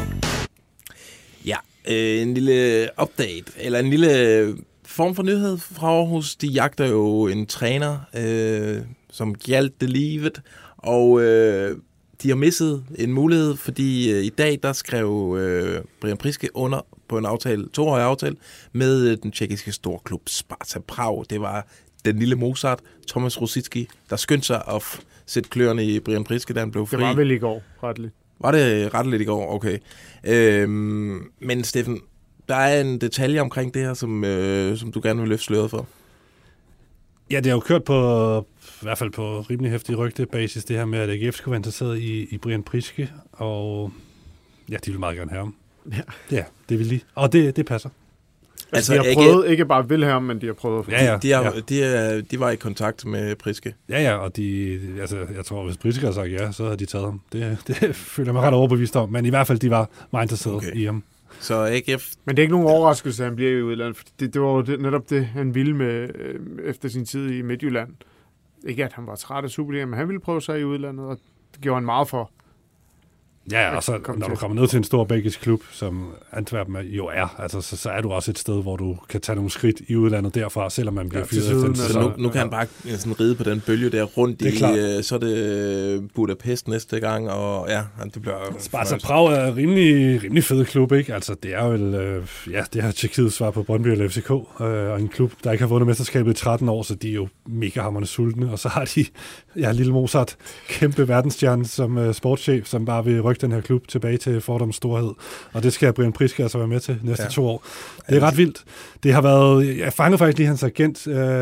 Ja, en lille update, eller en lille form for nyhed fra Aarhus. De jagter jo en træner, som gjaldt det livet, og de har misset en mulighed, fordi i dag, der skrev Brian Priske under på en aftale, 2-årig aftale, med den tjekkiske storklub Sparta Prag. Det var den lille Mozart, Thomas Rosicki, der skyndte sig at sætte kløerne i Brian Priske, da han blev fri. Det var vel i går, retteligt. Var det retteligt i går? Okay. Men Steffen, der er en detalje omkring det her, som du gerne vil løfte sløret for. Ja, det har jo kørt på, i hvert fald på rimelig hæftig rygtebasis, det her med, at AGF skulle være interesseret i Brian Priske, og ja, de vil meget gerne have ham. Ja, det vil de. Og det passer. Altså, de har prøvet, ikke bare vil have ham, men de har prøvet. De var i kontakt med Priske. Ja, og jeg tror, hvis Priske havde sagt ja, så havde de taget ham. Det føler jeg mig ret overbevist om, men i hvert fald, de var meget interesserede i ham. Så AGF... Men det er ikke nogen overraskelse, at han bliver i udlandet. Det var jo netop det, han ville med efter sin tid i Midtjylland. Ikke at han var træt af Superligaen, men han ville prøve sig i udlandet, og det gjorde han meget for. Ja, og så når du kommer ned til en stor belgisk klub, som Antwerpen jo er, altså, så er du også et sted, hvor du kan tage nogle skridt i udlandet derfra, selvom man bliver fyret efter den sæson. Nu kan han bare sådan ride på den bølge der rundt i, så er det Budapest næste gang, og ja, det bliver... Sparta Prag er en rimelig fed klub, ikke? Altså, det er vel, det har Tjekkiets svar på Brøndby eller FCK, og en klub, der ikke har vundet mesterskabet i 13 år, så de er jo mega hamrende sultne, og så har de, lille Mozart, kæmpe verdensstjerne som sportschef, som bare vil rykke den her klub tilbage til fordoms storhed. Og det skal Brian Priske altså være med til næste 2 år. Det er ret vildt. Det har været... Jeg fangede faktisk lige hans agent.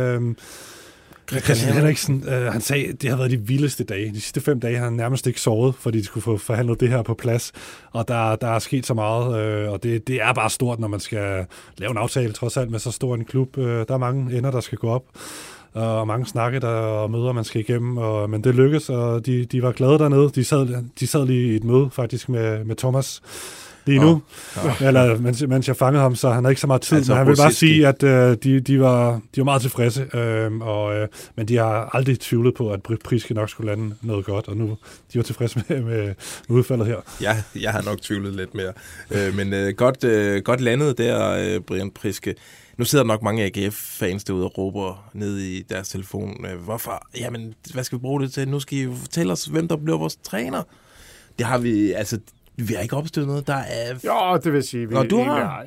Christian Henriksen. Han sagde, det har været de vildeste dage. De sidste 5 dage har han nærmest ikke sovet, fordi de skulle få forhandlet det her på plads. Og der er sket så meget. Og det er bare stort, når man skal lave en aftale, trods alt med så stor en klub. Der er mange ender, der skal gå op. Og mange snakke og møder, man skal igennem, men det lykkedes, og de var glade dernede. De sad lige i et møde faktisk med Thomas lige nu, eller mens jeg fangede ham, så han havde ikke så meget tid, altså, men han vil bare sige, at de var meget tilfredse, men de har aldrig tvivlet på, at Priske nok skulle lande noget godt, og nu de var tilfredse med udfaldet her. Ja, jeg har nok tvivlet lidt mere, men godt landet der, Brian Priske. Nu sidder der nok mange AGF-fans derude og råber ned i deres telefon. Hvorfor? Jamen, hvad skal vi bruge det til? Nu skal I fortælle os, hvem der bliver vores træner. Det har vi, altså, vi har ikke opstået noget. Der er... Jo, det vil sige. Nå, du har?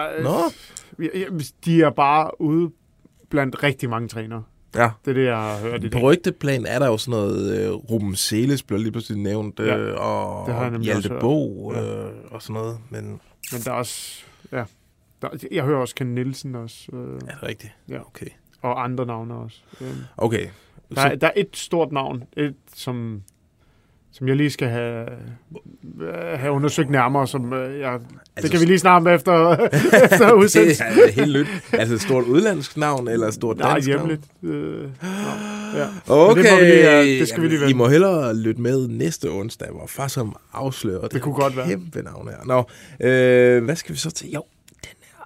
De er bare ude blandt rigtig mange trænere. Ja. Det er det, jeg har hørt i dag. På rygteplan er der jo sådan noget, Ruben Seles bliver lige pludselig nævnt, og Hjalte Bo og sådan noget. Men der er også, jeg hører også Ken Nielsen også. Er det rigtigt? Ja. Okay. Og andre navne også. Okay. Der er et stort navn, som jeg lige skal have undersøgt nærmere, det kan vi lige snakke om efter udsendelsen. Det er helt nyt. Altså et stort udlandsk navn, eller et stort dansk navn? Hjemligt. Ja. Okay, det skal vi lige vende. I må hellere lytte med næste onsdag, hvor far som afslører det kunne godt være. Kæmpe navn her. Nå, hvad skal vi så til? Jo, den her.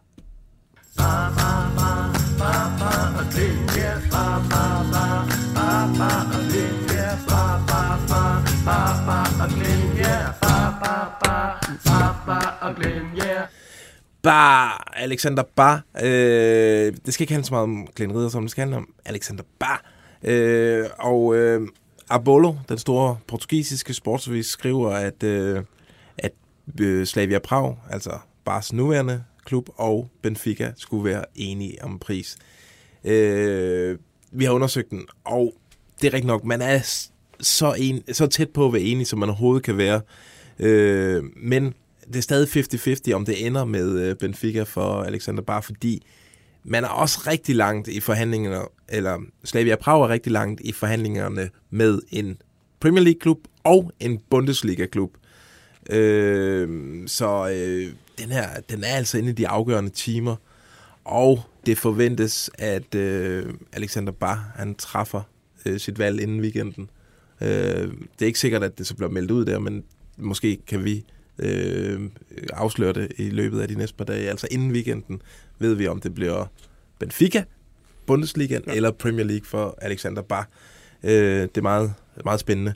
Bar, Alexander Bar. Det skal ikke handle så meget om Glenn Ridder, som det skal handle om Alexander Bar. Abolo, den store portugisiske sportsavis, skriver, at Slavia Prag, altså Bars nuværende klub og Benfica skulle være enige om pris. Vi har undersøgt den, og det er rigtigt nok, man er så tæt på at være enig, som man overhovedet kan være. Men det er stadig 50-50, om det ender med Benfica for Alexander Bach, fordi man er også rigtig langt i forhandlingerne, eller Slavia Prag er rigtig langt i forhandlingerne med en Premier League-klub og en Bundesliga-klub. Den er altså inde i de afgørende timer, og det forventes, at Alexander Bach, han træffer sit valg inden weekenden. Det er ikke sikkert, at det så bliver meldt ud der, men måske kan vi afsløre det i løbet af de næste par dage. Altså inden weekenden ved vi, om det bliver Benfica, Bundesligaen eller Premier League for Alexander Bach. Det er meget, meget spændende.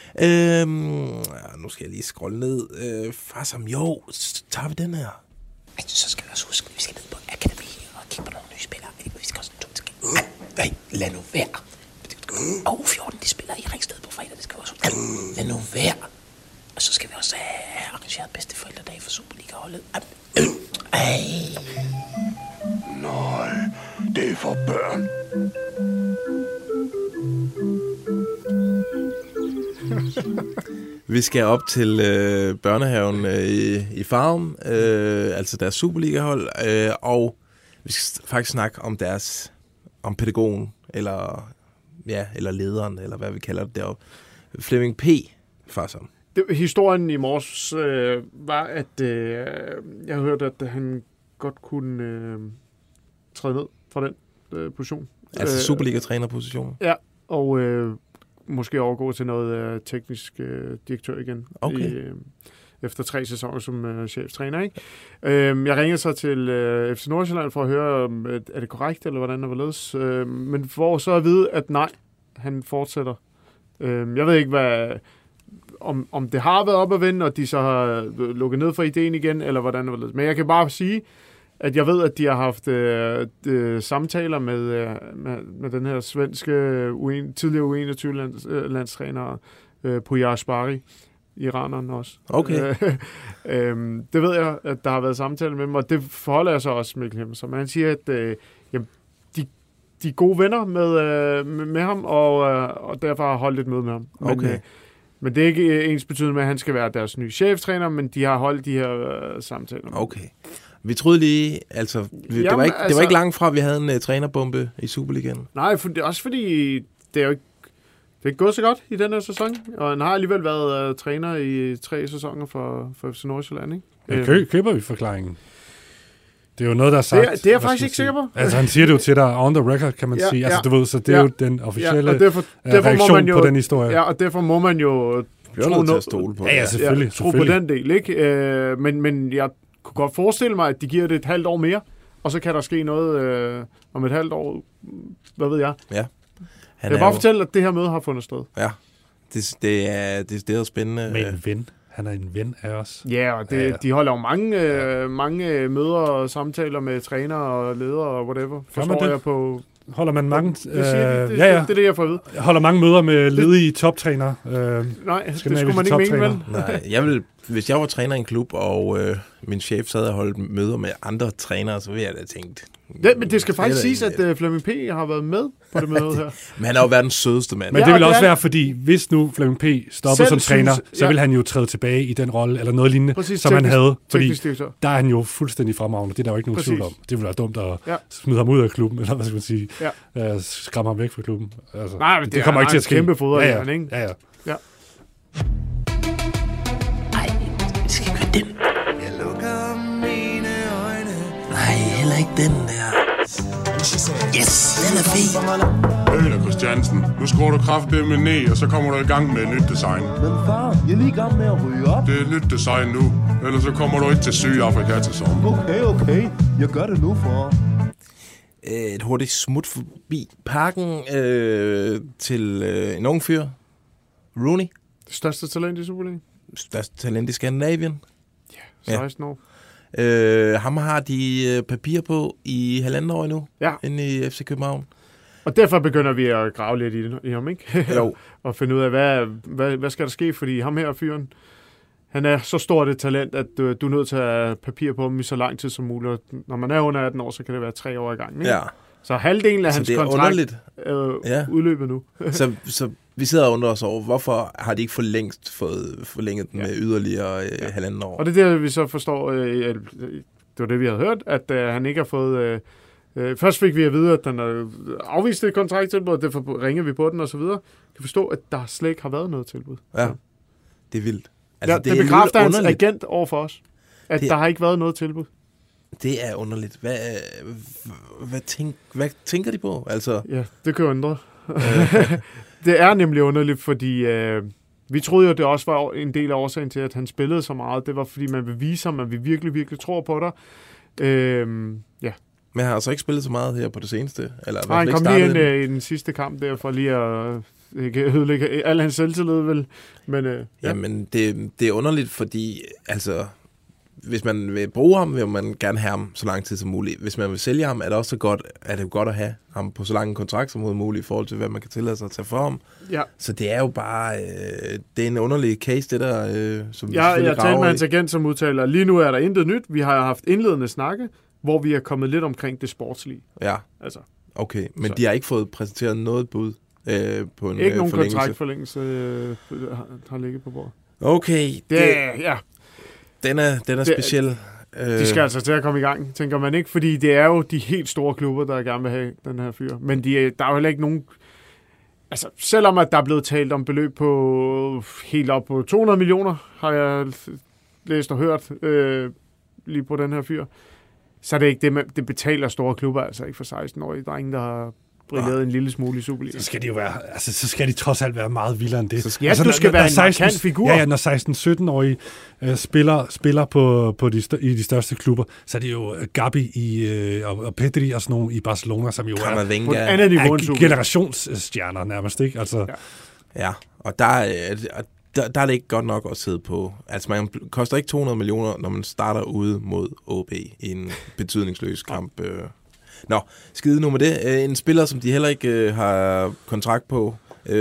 Nu skal jeg lige scrolle ned. Så tager vi den her. Så skal vi også huske, at vi skal ned på akademi og kigge på nogle nye spillere. Vi skal også lad nu være. Og U14, de spiller i Ringsted på fredag. Det skal vi også huske. Lad nu være. Og så skal vi også have arrangeret bedste forældredag for Superliga-holdet. Nej, det er for børn. Vi skal op til børnehaven i Farum, altså deres Superliga-hold, og vi skal faktisk snakke om pædagogen, eller lederen, eller hvad vi kalder det deroppe. Flemming P. Farsam. Historien i morges var, at jeg hørte, at han godt kunne træde ned fra den position. Altså Superliga-trænerposition? Ja, og måske overgå til noget teknisk direktør igen. Okay. Efter 3 sæsoner som cheftræner, ikke? Jeg ringede så til FC Nordsjælland for at høre, er det korrekt, eller hvordan det var ledes? Men for så at vide, at nej, han fortsætter. Jeg ved ikke, om det har været op at vende, og de så har lukket ned for ideen igen, eller hvordan det var ledes. Men jeg kan bare sige, at jeg ved, at de har haft samtaler med den her svenske tidligere U21-landstræner Puja Asbari, iraneren også. Okay. Det ved jeg, at der har været samtaler med dem, og det forholder jeg så også Mikkel Hemmelsen. Han siger, at de er gode venner med ham, og derfor har holdt et møde med ham. Men det er ikke ens betydende med, at han skal være deres nye cheftræner, men de har holdt de her samtaler. Okay. Vi troede lige, det var ikke langt fra, at vi havde en trænerbombe i Superligaen. Nej, også fordi det er jo ikke gået så godt i den her sæson, og han har alligevel været træner i 3 sæsoner for FC Nordsjælland, ikke? Køber vi forklaringen? Det er jo noget, der er sagt. Det er jeg faktisk ikke sikker på. Altså, han siger det jo til dig on the record, kan man sige. Altså, du ved, så det er jo den officielle reaktion på den historie. Ja, og derfor må man jo selvfølgelig. Tro på den del, ikke? Men jeg kunne godt forestille mig, at de giver det et halvt år mere, og så kan der ske noget om et halvt år. Hvad ved jeg? Ja. Jeg vil bare fortælle, at det her møde har fundet sted. Ja, det er spændende. Med en ven. Han er en ven af os. Ja, og de holder jo mange møder og samtaler med trænere og ledere og whatever. Forstår jeg på... Holder man mange... Det er det, jeg får at vide. Holder mange møder med ledige toptrænere. Nej, det skulle man ikke mene, vel? Nej, hvis jeg var træner i en klub, og min chef sad og holdt møder med andre trænere, så ville jeg da tænkt... Men det skal faktisk siges, at Flemming P. har været med på det møde her. Men han er jo verdens sødeste mand. Men det vil også være, fordi hvis nu Flemming P. stopper som træner, så vil han jo træde tilbage i den rolle, eller noget lignende, som han havde. Fordi der er han jo fuldstændig fremragende. Det er der jo ikke nogen tvivl om. Det ville være dumt at smide ham ud af klubben, eller hvad skal man sige, skræmme ham væk fra klubben. Altså, nej, men det kommer ikke til at ske. Kæmpe fodbold, ikke? Ja. Ej, det skal ikke være den. Jeg lukker mine øjne. Nej, heller ikke den der. Yes, den er fed. Øler Christiansen, nu skruer du kraftedeme ned, og så kommer du i gang med et nyt design. Men far, jeg er lige i gang med at ryge op. Det er et nyt design nu, ellers så kommer du ikke til Sydafrika til sommer. Okay. Jeg gør det nu, for. Et hurtigt smut forbi parken til en ung fyr. Rooney. Det største talent i Superligaen. Største talent i Skandinavien. Ja, 16 år. Ham har de papir på i 1,5 år endnu, inde i FC København. Og derfor begynder vi at grave lidt i ham, ikke? Jo. Og finde ud af, hvad skal der ske, fordi ham her fyren, han er så stort et talent, at du er nødt til at have papir på ham i så lang tid som muligt. Når man er under 18 år, så kan det være 3 år i gang. Ikke? Ja. Så halvdelen af hans kontrakt udløbet nu. så vi sidder og undrer os over, hvorfor har de ikke for længst fået forlænget den med yderligere halvanden år? Og det er det, vi så forstår, det var det, vi havde hørt, at han ikke har fået... først fik vi at vide, at den har afvist et kontrakttilbud, derfor ringer vi på den og så videre. Kan forstå, at der slet ikke har været noget tilbud. Ja, det er vildt. Altså, det bekræfter hans agent over for os, at der har ikke været noget tilbud. Det er underligt. Hvad tænker de på? Altså... Ja, det kan jo ændre. Det er nemlig underligt, fordi vi troede jo, det også var en del af årsagen til, at han spillede så meget. Det var, fordi man vil vise ham, at vi virkelig, virkelig tror på dig. Ja. Men han har altså ikke spillet så meget her på det seneste? Eller nej, han kom lige ind i den sidste kamp der, for lige at ødelægge al hans selvtillid, vel? Men, ja. Jamen, det er underligt, fordi altså... Hvis man vil bruge ham, vil man gerne have ham så lang tid som muligt. Hvis man vil sælge ham, er det også godt at have ham på så lang en kontrakt som muligt i forhold til, hvad man kan tillade sig at tage for ham. Ja. Så det er jo bare... det er en underlig case, det der, som vi jeg talte med hans agent, som udtaler, lige nu er der intet nyt. Vi har haft indledende snakke, hvor vi er kommet lidt omkring det sportslige. Ja, altså. Okay. Men de har ikke fået præsenteret noget bud på en ikke nogen forlængelse. kontraktforlængelse har ligget på bordet. Okay. Ja. Den er speciel. De skal altså til at komme i gang, tænker man ikke, fordi det er jo de helt store klubber, der gerne vil have den her fyr. Men der er jo heller ikke nogen... Altså, selvom at der er blevet talt om beløb på helt op på 200 millioner, har jeg læst og hørt lige på den her fyr, så er det ikke det betaler store klubber, altså ikke for 16-årige. Der er ingen, der har brilleret en lille smule i Superliga. Så skal de jo være, altså så skal de trods alt være meget vildere end det. Ja, altså, du skal være en markant figur. Ja, når 16-17-årige spiller på i de største klubber, så er det jo Gabi og Pedri og sådan nogle i Barcelona, som jo er generationsstjerner nærmest, ikke? Altså, ja, og der er det ikke godt nok at sidde på. Altså, man koster ikke 200 millioner, når man starter ude mod OB i en betydningsløs kamp. Nå, skide nu med det. En spiller, som de heller ikke har kontrakt på,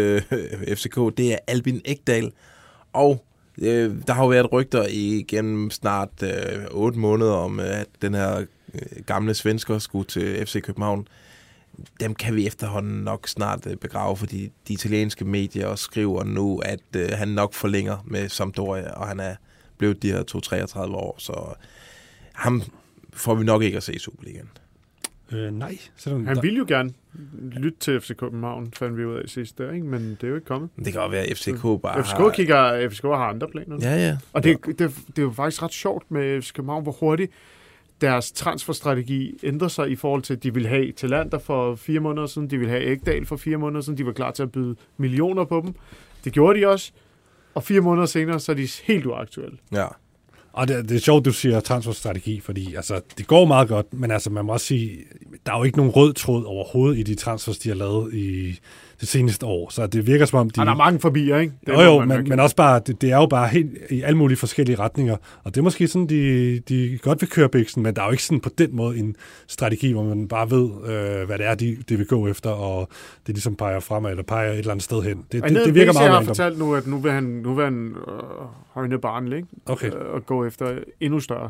FCK, det er Albin Ekdal. Og der har jo været rygter igennem snart 8 måneder om, at den her gamle svensker skulle til FC København. Dem kan vi efterhånden nok snart begrave, fordi de italienske medier skriver nu, at han nok forlænger med Sampdoria, og han er blevet de her 32 år, så ham får vi nok ikke at se i Superligaen. Nej. Han ville jo gerne lytte til FC København, fandt vi ud af sidst der, ikke? Men det er jo ikke kommet. Det kan jo være, at FCK bare FCK har andre planer. Ja. Og det er jo faktisk ret sjovt med FC København, hvor hurtigt deres transferstrategi ændrer sig i forhold til, at de ville have Talander for 4 måneder siden, de ville have Ekdal for 4 måneder siden, de var klar til at byde millioner på dem. Det gjorde de også, og 4 måneder senere, så er de helt uaktuelle. Ja. Og det er sjovt, du siger transferstrategi, fordi altså, det går meget godt, men altså, man må også sige, der er jo ikke nogen rød tråd overhovedet i de transfers, de har lavet i det seneste år. Så det virker som om, de... Og der er mange forbi, ikke? Men også bare, det er jo bare helt i alle mulige forskellige retninger. Og det er måske sådan, de godt vil køre biksen, men der er jo ikke sådan på den måde en strategi, hvor man bare ved, hvad det er, de vil gå efter, og det ligesom peger fremad, eller peger et eller andet sted hen. Det virker meget jeg har fortalt nu, at nu vil han højne barnen, ikke? Okay. Og gå efter endnu større.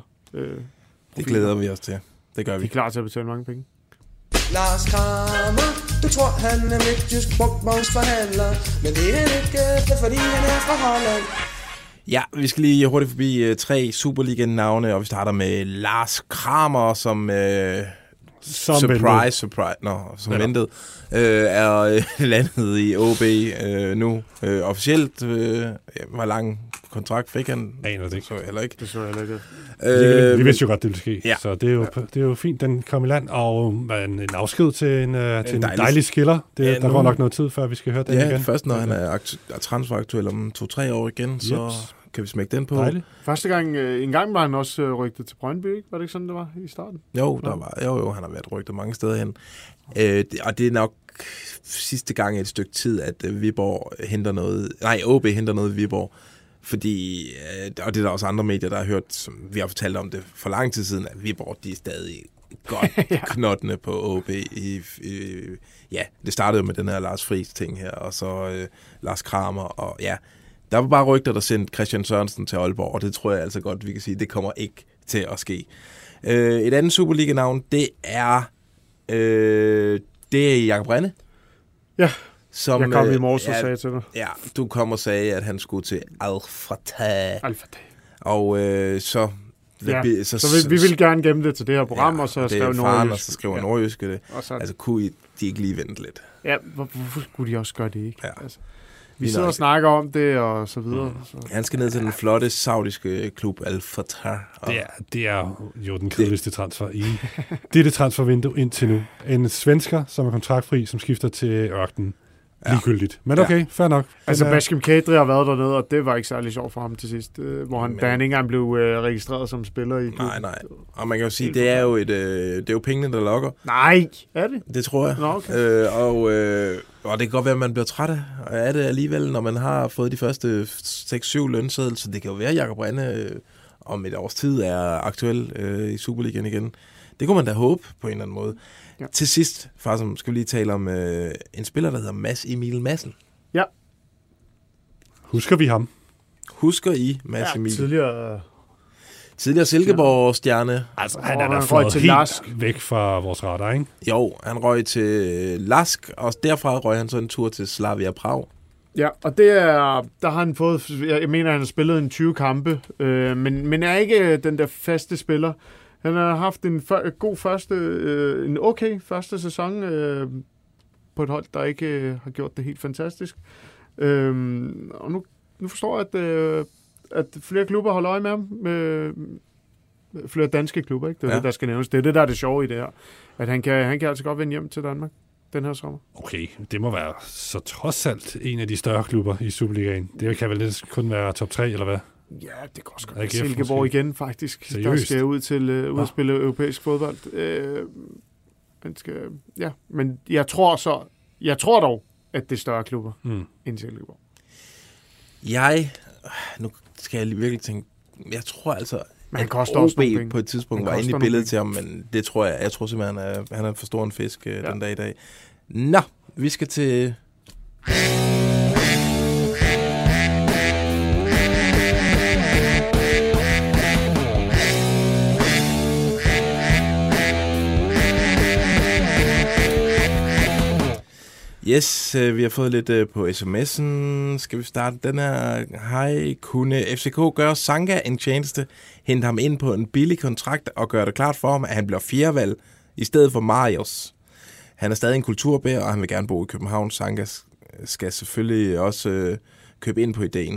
Det glæder vi os til. Det gør vi. De er klar til at betale mange penge. Lars Kramer, du tror han er midtjysk brugtvognsforhandler, men det er ikke, fordi han er fra Holland. Ja, vi skal lige hurtigt forbi 3 Superliga-navne, og vi starter med Lars Kramer, som ventet, er landet i OB nu. Officielt, hvor lang kontrakt fik han? Aner det ikke. Så heller ikke. Det så heller ikke. Vi vidste jo godt, det ville ske. Ja. Så det er jo fint, den kom i land. Og en afsked til en dejlig skiller. Der går nok noget tid, før vi skal høre den igen. Ja, først når han er transferaktuel om 2-3 år igen, så kan vi smække den på. Dejligt. Første gang, en gang var han også rygtet til Brøndby, ikke? Var det ikke sådan, det var i starten? Jo, han har været rygtet mange steder hen. Og det er nok sidste gang i et stykke tid, at OB henter noget i Viborg. Fordi, og det er der også andre medier, der har hørt, som vi har fortalt om det for lang tid siden, at Viborg, de er stadig godt knottende på OB. Det startede med den her Lars Friis ting her, og så Lars Kramer, og ja, Der var bare rygter, der sendte Christian Sørensen til Aalborg, og det tror jeg altså godt, vi kan sige, det kommer ikke til at ske. Et andet Superliga-navn, det er Jakob Renne. Ja, som, jeg kom i morges og sagde til dig. Ja, du kom og sagde, at han skulle til Al-Fatah. Og så... Så vi vil gerne gemme det til det her program, og så skrive nordjysk. Og så skriver nordjyske det. Altså kunne de ikke lige vente lidt? Ja, hvorfor skulle de også gøre det, ikke? Ja. Altså, vi sidder og snakker om det, og så videre. Så. Han skal ned til den flotte saudiske klub Al-Fatah. Det er jo den kedeligste transfer i det transfervindue indtil nu. En svensker, som er kontraktfri, som skifter til ørkenen. Ligegyldigt. Men okay, fair nok. Altså, Baskem Kadri har været dernede, og det var ikke særlig sjovt for ham til sidst, da han ikke engang blev registreret som spiller i klubben. Nej. Og man kan jo sige, det er jo pengene, der lokker. Nej, er det? Det tror jeg. Nå, okay. Og det kan godt være, at man bliver træt af det alligevel, når man har fået de første 6-7 lønsedler, så det kan jo være, at Jakob Renne om et års tid er aktuel i Superligaen igen. Det kunne man da håbe på en eller anden måde. Ja. Til sidst, faktisk, skal vi lige tale om en spiller, der hedder Mads Emil Madsen. Ja. Husker vi ham? Husker I Mads Emil? Tidligere Silkeborg-stjerne. Altså, han er der fløjet helt Lask væk fra vores radar, ikke? Jo, han røg til Lask, og derfra røg han så en tur til Slavia Prag. Ja, og der har han fået, jeg mener, han har spillet en 20 kampe, men er ikke den der faste spiller. Han har haft en en okay første sæson på et hold, der ikke har gjort det helt fantastisk. Og nu forstår jeg, at flere klubber holder øje med ham. Flere danske klubber, ikke? Det er det, der skal nævnes. Det er det, der er det sjove i det her. At han kan altså godt vende hjem til Danmark den her sommer. Okay, det må være så trods alt en af de større klubber i Superligaen. Det kan vel kun være top 3, eller hvad? Ja, det går sgu godt. Silkeborg igen, faktisk. Seriøst? Der skal ud til at spille europæisk fodbold. Men jeg tror dog, at det er større klubber end Silkeborg. Nu skal jeg virkelig tænke, jeg tror altså, han koster også nogle penge. På et tidspunkt var inde i billedet til ham, men det tror jeg tror simpelthen, han er for stor en fisk den dag i dag. Nå, vi skal til... Yes, vi har fået lidt på sms'en. Skal vi starte den her? Hej, kunne FCK gøre Sanka en tjeneste, hente ham ind på en billig kontrakt og gøre det klart for ham, at han bliver fjerdevalg i stedet for Marius? Han er stadig en kulturbærer, og han vil gerne bo i København. Sanka skal selvfølgelig også købe ind på ideen.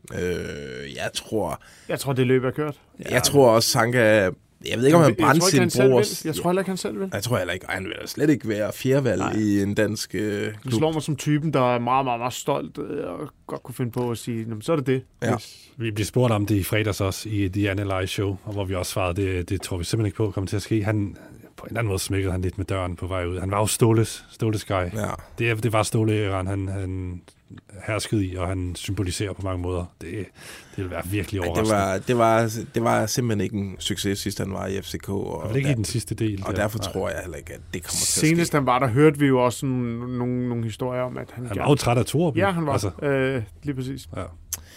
Jeg tror, det løb er kørt. Jeg tror også, Sanka... Jeg ved ikke, om han brændte sin bror. Jeg tror heller ikke, han selv vil. Jeg tror heller ikke. Han vil slet ikke være fjerdevalg i en dansk klub. Du slår mig som typen, der er meget, meget, meget stolt og godt kunne finde på at sige, så er det det. Ja. Vi blev spurgt om det i fredags også i The Analyze Show, og hvor vi også svarede, det tror vi simpelthen ikke på kommer til at ske. Han, på en eller anden måde smækkede han lidt med døren på vej ud. Han var jo Ståles guy. Ja. Det var Ståle-æren, han herskede i, og han symboliserer på mange måder. Det vil være virkelig overraskende. Det var simpelthen ikke en succes, sidst han var i FCK. Og det var ikke i den sidste del. Og derfor tror jeg heller ikke, at det kommer til at ske. Senest han var der, hørte vi jo også nogle historier om, at han var jo træt af Torup. Ja, han var. Altså. Lige præcis. Ja.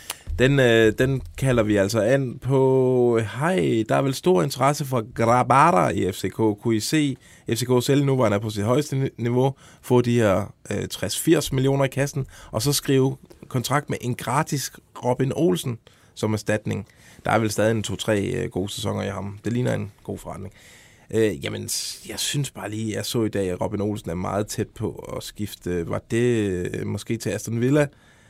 Den kalder vi altså an på, hej, der er vel stor interesse for Grabara i FCK. Kunne I se FCK selv nu, hvor han er på sit højeste niveau, få de her 60-80 millioner i kassen, og så skrive kontrakt med en gratis Robin Olsen som erstatning? Der er vel stadig en 2-3 gode sæsoner i ham. Det ligner en god forretning. Jamen, jeg synes bare lige, jeg så i dag, at Robin Olsen er meget tæt på at skifte. Var det måske til Aston Villa?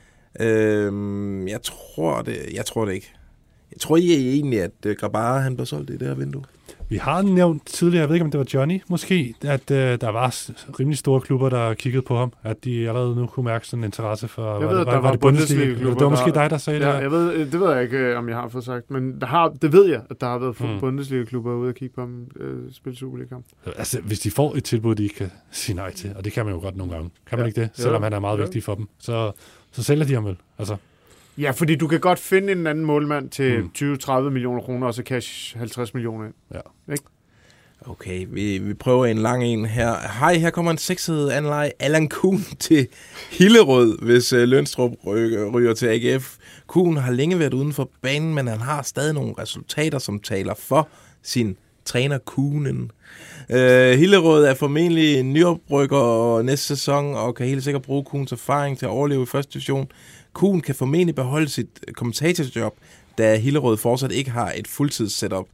Jeg tror det ikke. Jeg tror egentlig, at Grabara han blev solgt i det her vindue. Vi har nævnt tidligere, jeg ved ikke om det var Johnny måske, at der var rimelig store klubber, der kiggede på ham, at de allerede nu kunne mærke sådan en interesse for... Var det Bundesliga-klubber. Det var måske dig, der sagde det. Det ved jeg ikke, om jeg har fået sagt, men det ved jeg, at der har været Bundesliga-klubber ude at kigge på ham spille Superliga-kamp. Altså, hvis de får et tilbud, de kan sige nej til, og det kan man jo godt nogle gange. Kan man ikke det? Selvom han er meget vigtig for dem. Så sælger de ham vel, altså... Ja, fordi du kan godt finde en anden målmand til 20-30 millioner kroner, og så cash 50 millioner ind. Ja. Ikke? Okay, vi prøver en lang en her. Hej, her kommer en sexet anleje. Allan Kuhn til Hillerød, hvis Lønstrup ryger til AGF. Kuhn har længe været uden for banen, men han har stadig nogle resultater, som taler for sin træner Kuhnen. Hillerød er formentlig en nyoprykker næste sæson, og kan helt sikkert bruge Kuhns erfaring til at overleve i første division. Kuhn kan formentlig beholde sit kommentatorjob, da Hillerød fortsat ikke har et fuldtids-setup.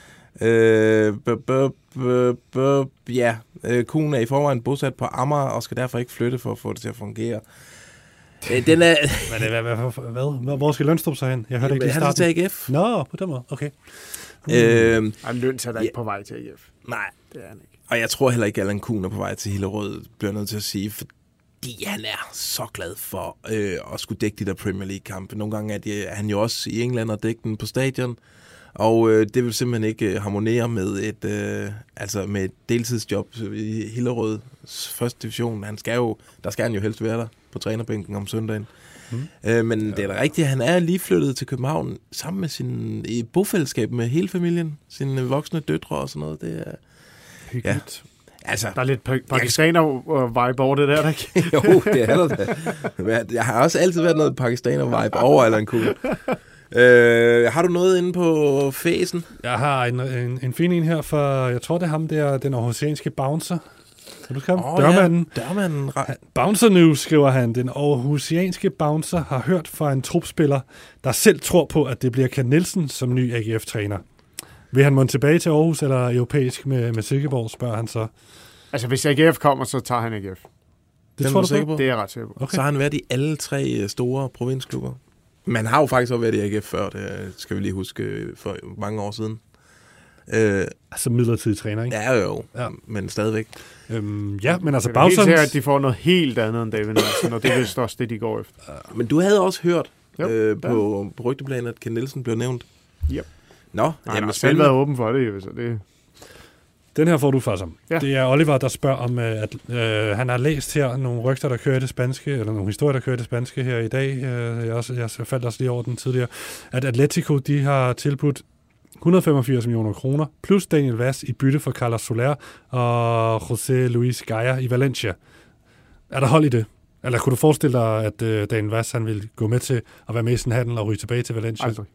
Kuhn er i forvejen bosat på Amager, og skal derfor ikke flytte for at få det til at fungere. Den er... Hvad? Hvor skal Lønstrup så hen? Jeg hørte ikke lige starten. Han skal til AGF. Nå, på den måde. Okay. Han Løns er da ikke på vej til AGF. Nej. Det er han ikke. Og jeg tror heller ikke, at Allan Kuhn er på vej til Hillerød, bliver nødt til at sige, fordi han er så glad for at skulle dække de der Premier League-kampe. Nogle gange er han jo også i England og dække den på stadion, og det vil simpelthen ikke harmonere med med et deltidsjob i Hillerøds første division. Der skal han jo helst være der på trænerbænken om søndagen. Men det er da rigtigt, at han er lige flyttet til København sammen med i bofællesskab med hele familien, sine voksne døtre og sådan noget. Det er hyggeligt. Ja. Altså, der er lidt pakistaner-vibe over det der, ikke? Jo, det er der. Jeg har også altid været noget pakistaner-vibe over Allan Kuhn. Har du noget inde på fæsen? Jeg har en fin en her for, jeg tror det er ham der, den aarhusianske bouncer. Kan du skrive Dørmanden? Ja, Dørmanden. Bouncer News, skriver han. Den aarhusianske bouncer har hørt fra en trupspiller, der selv tror på, at det bliver Ken Nielsen som ny AGF-træner. Vil han måtte tilbage til Aarhus eller europæisk med Silkeborg, spørger han så. Altså, hvis AGF kommer, så tager han AGF. Det tror du på? Det er jeg ret sikker på. Okay. Så har han været i alle 3 store provinsklubber. Man har jo faktisk også været i AGF før, det skal vi lige huske, for mange år siden. Altså midlertidig træner, ikke? Ja, jo. Ja. Men stadigvæk. Men altså Bagsons... Det er helt sikkert, at de får noget helt andet end David Nielsen, og det er vist også det, de går efter. Men du havde også hørt på rygteplanen, at Ken Nielsen blev nævnt. Yep. Nå, han har selv været åben for det, så det... Den her får du først om. Ja. Det er Oliver, der spørger om, at han har læst her nogle rygter, der kører i det spanske, eller nogle historier, der kører i det spanske her i dag. Jeg faldt også lige over den tidligere. At Atletico, de har tilbudt 185 millioner kroner, plus Daniel Vaz i bytte for Carlos Soler og José Luis Gaya i Valencia. Er der hold i det? Eller kunne du forestille dig, at Daniel Vaz han ville gå med til at være med i sådan en handel og ryge tilbage til Valencia? Aldrig.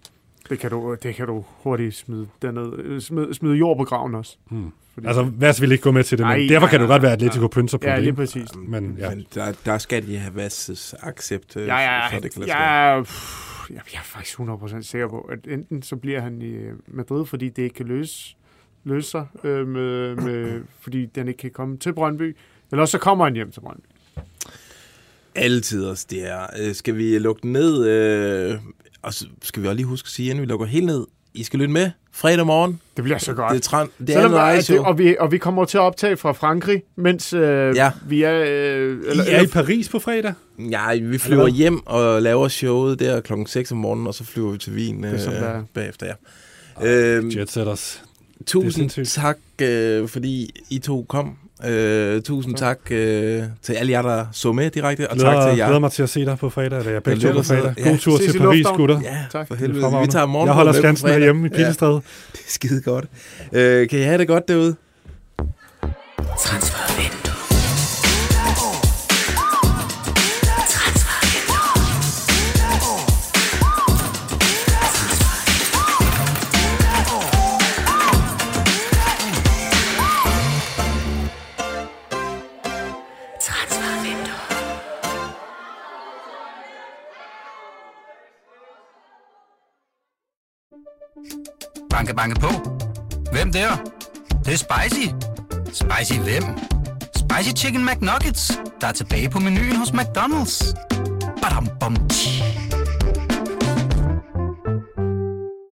Det kan du hurtigt smide jord på graven også. Fordi... Altså, Vaz vil ikke gå med til det, men derfor kan det godt være, at Atletico pynser på det. Ja, lige præcis. Men der skal de have Vaz's accept, for det kan jeg er faktisk 100% sikker på, at enten så bliver han i Madrid, fordi det ikke kan løse sig, fordi den ikke kan komme til Brøndby, eller også så kommer han hjem til Brøndby. Altid også det her. Skal vi lukke den ned, og så skal vi også lige huske at sige, inden vi lukker helt ned, I skal lytte med fredag morgen. Det bliver så godt. Det er og vi kommer til at optage fra Frankrig, mens vi er... I er i Paris på fredag? Ja, vi flyver hjem og laver showet der klokken 6 om morgenen, og så flyver vi til Wien bagefter. Jetsetters. Tusind tak, fordi I to kom. Tusind tak til alle jer, der så med direkte, og tak til jer. Glæder mig til at se dig på fredag, eller jeg begge to på fredag. God tur til Paris, gutter. Ja, tak for helvede. Vi tager morgen. Jeg holder skansen herhjemme i Pilestræde. Det er skide godt. Kan I have det godt derude? Transfervindue. Banke, banke på. Hvem der? Det er spicy. Spicy hvem? Spicy Chicken McNuggets, der er tilbage på menuen hos McDonald's. Badum, bom, tji.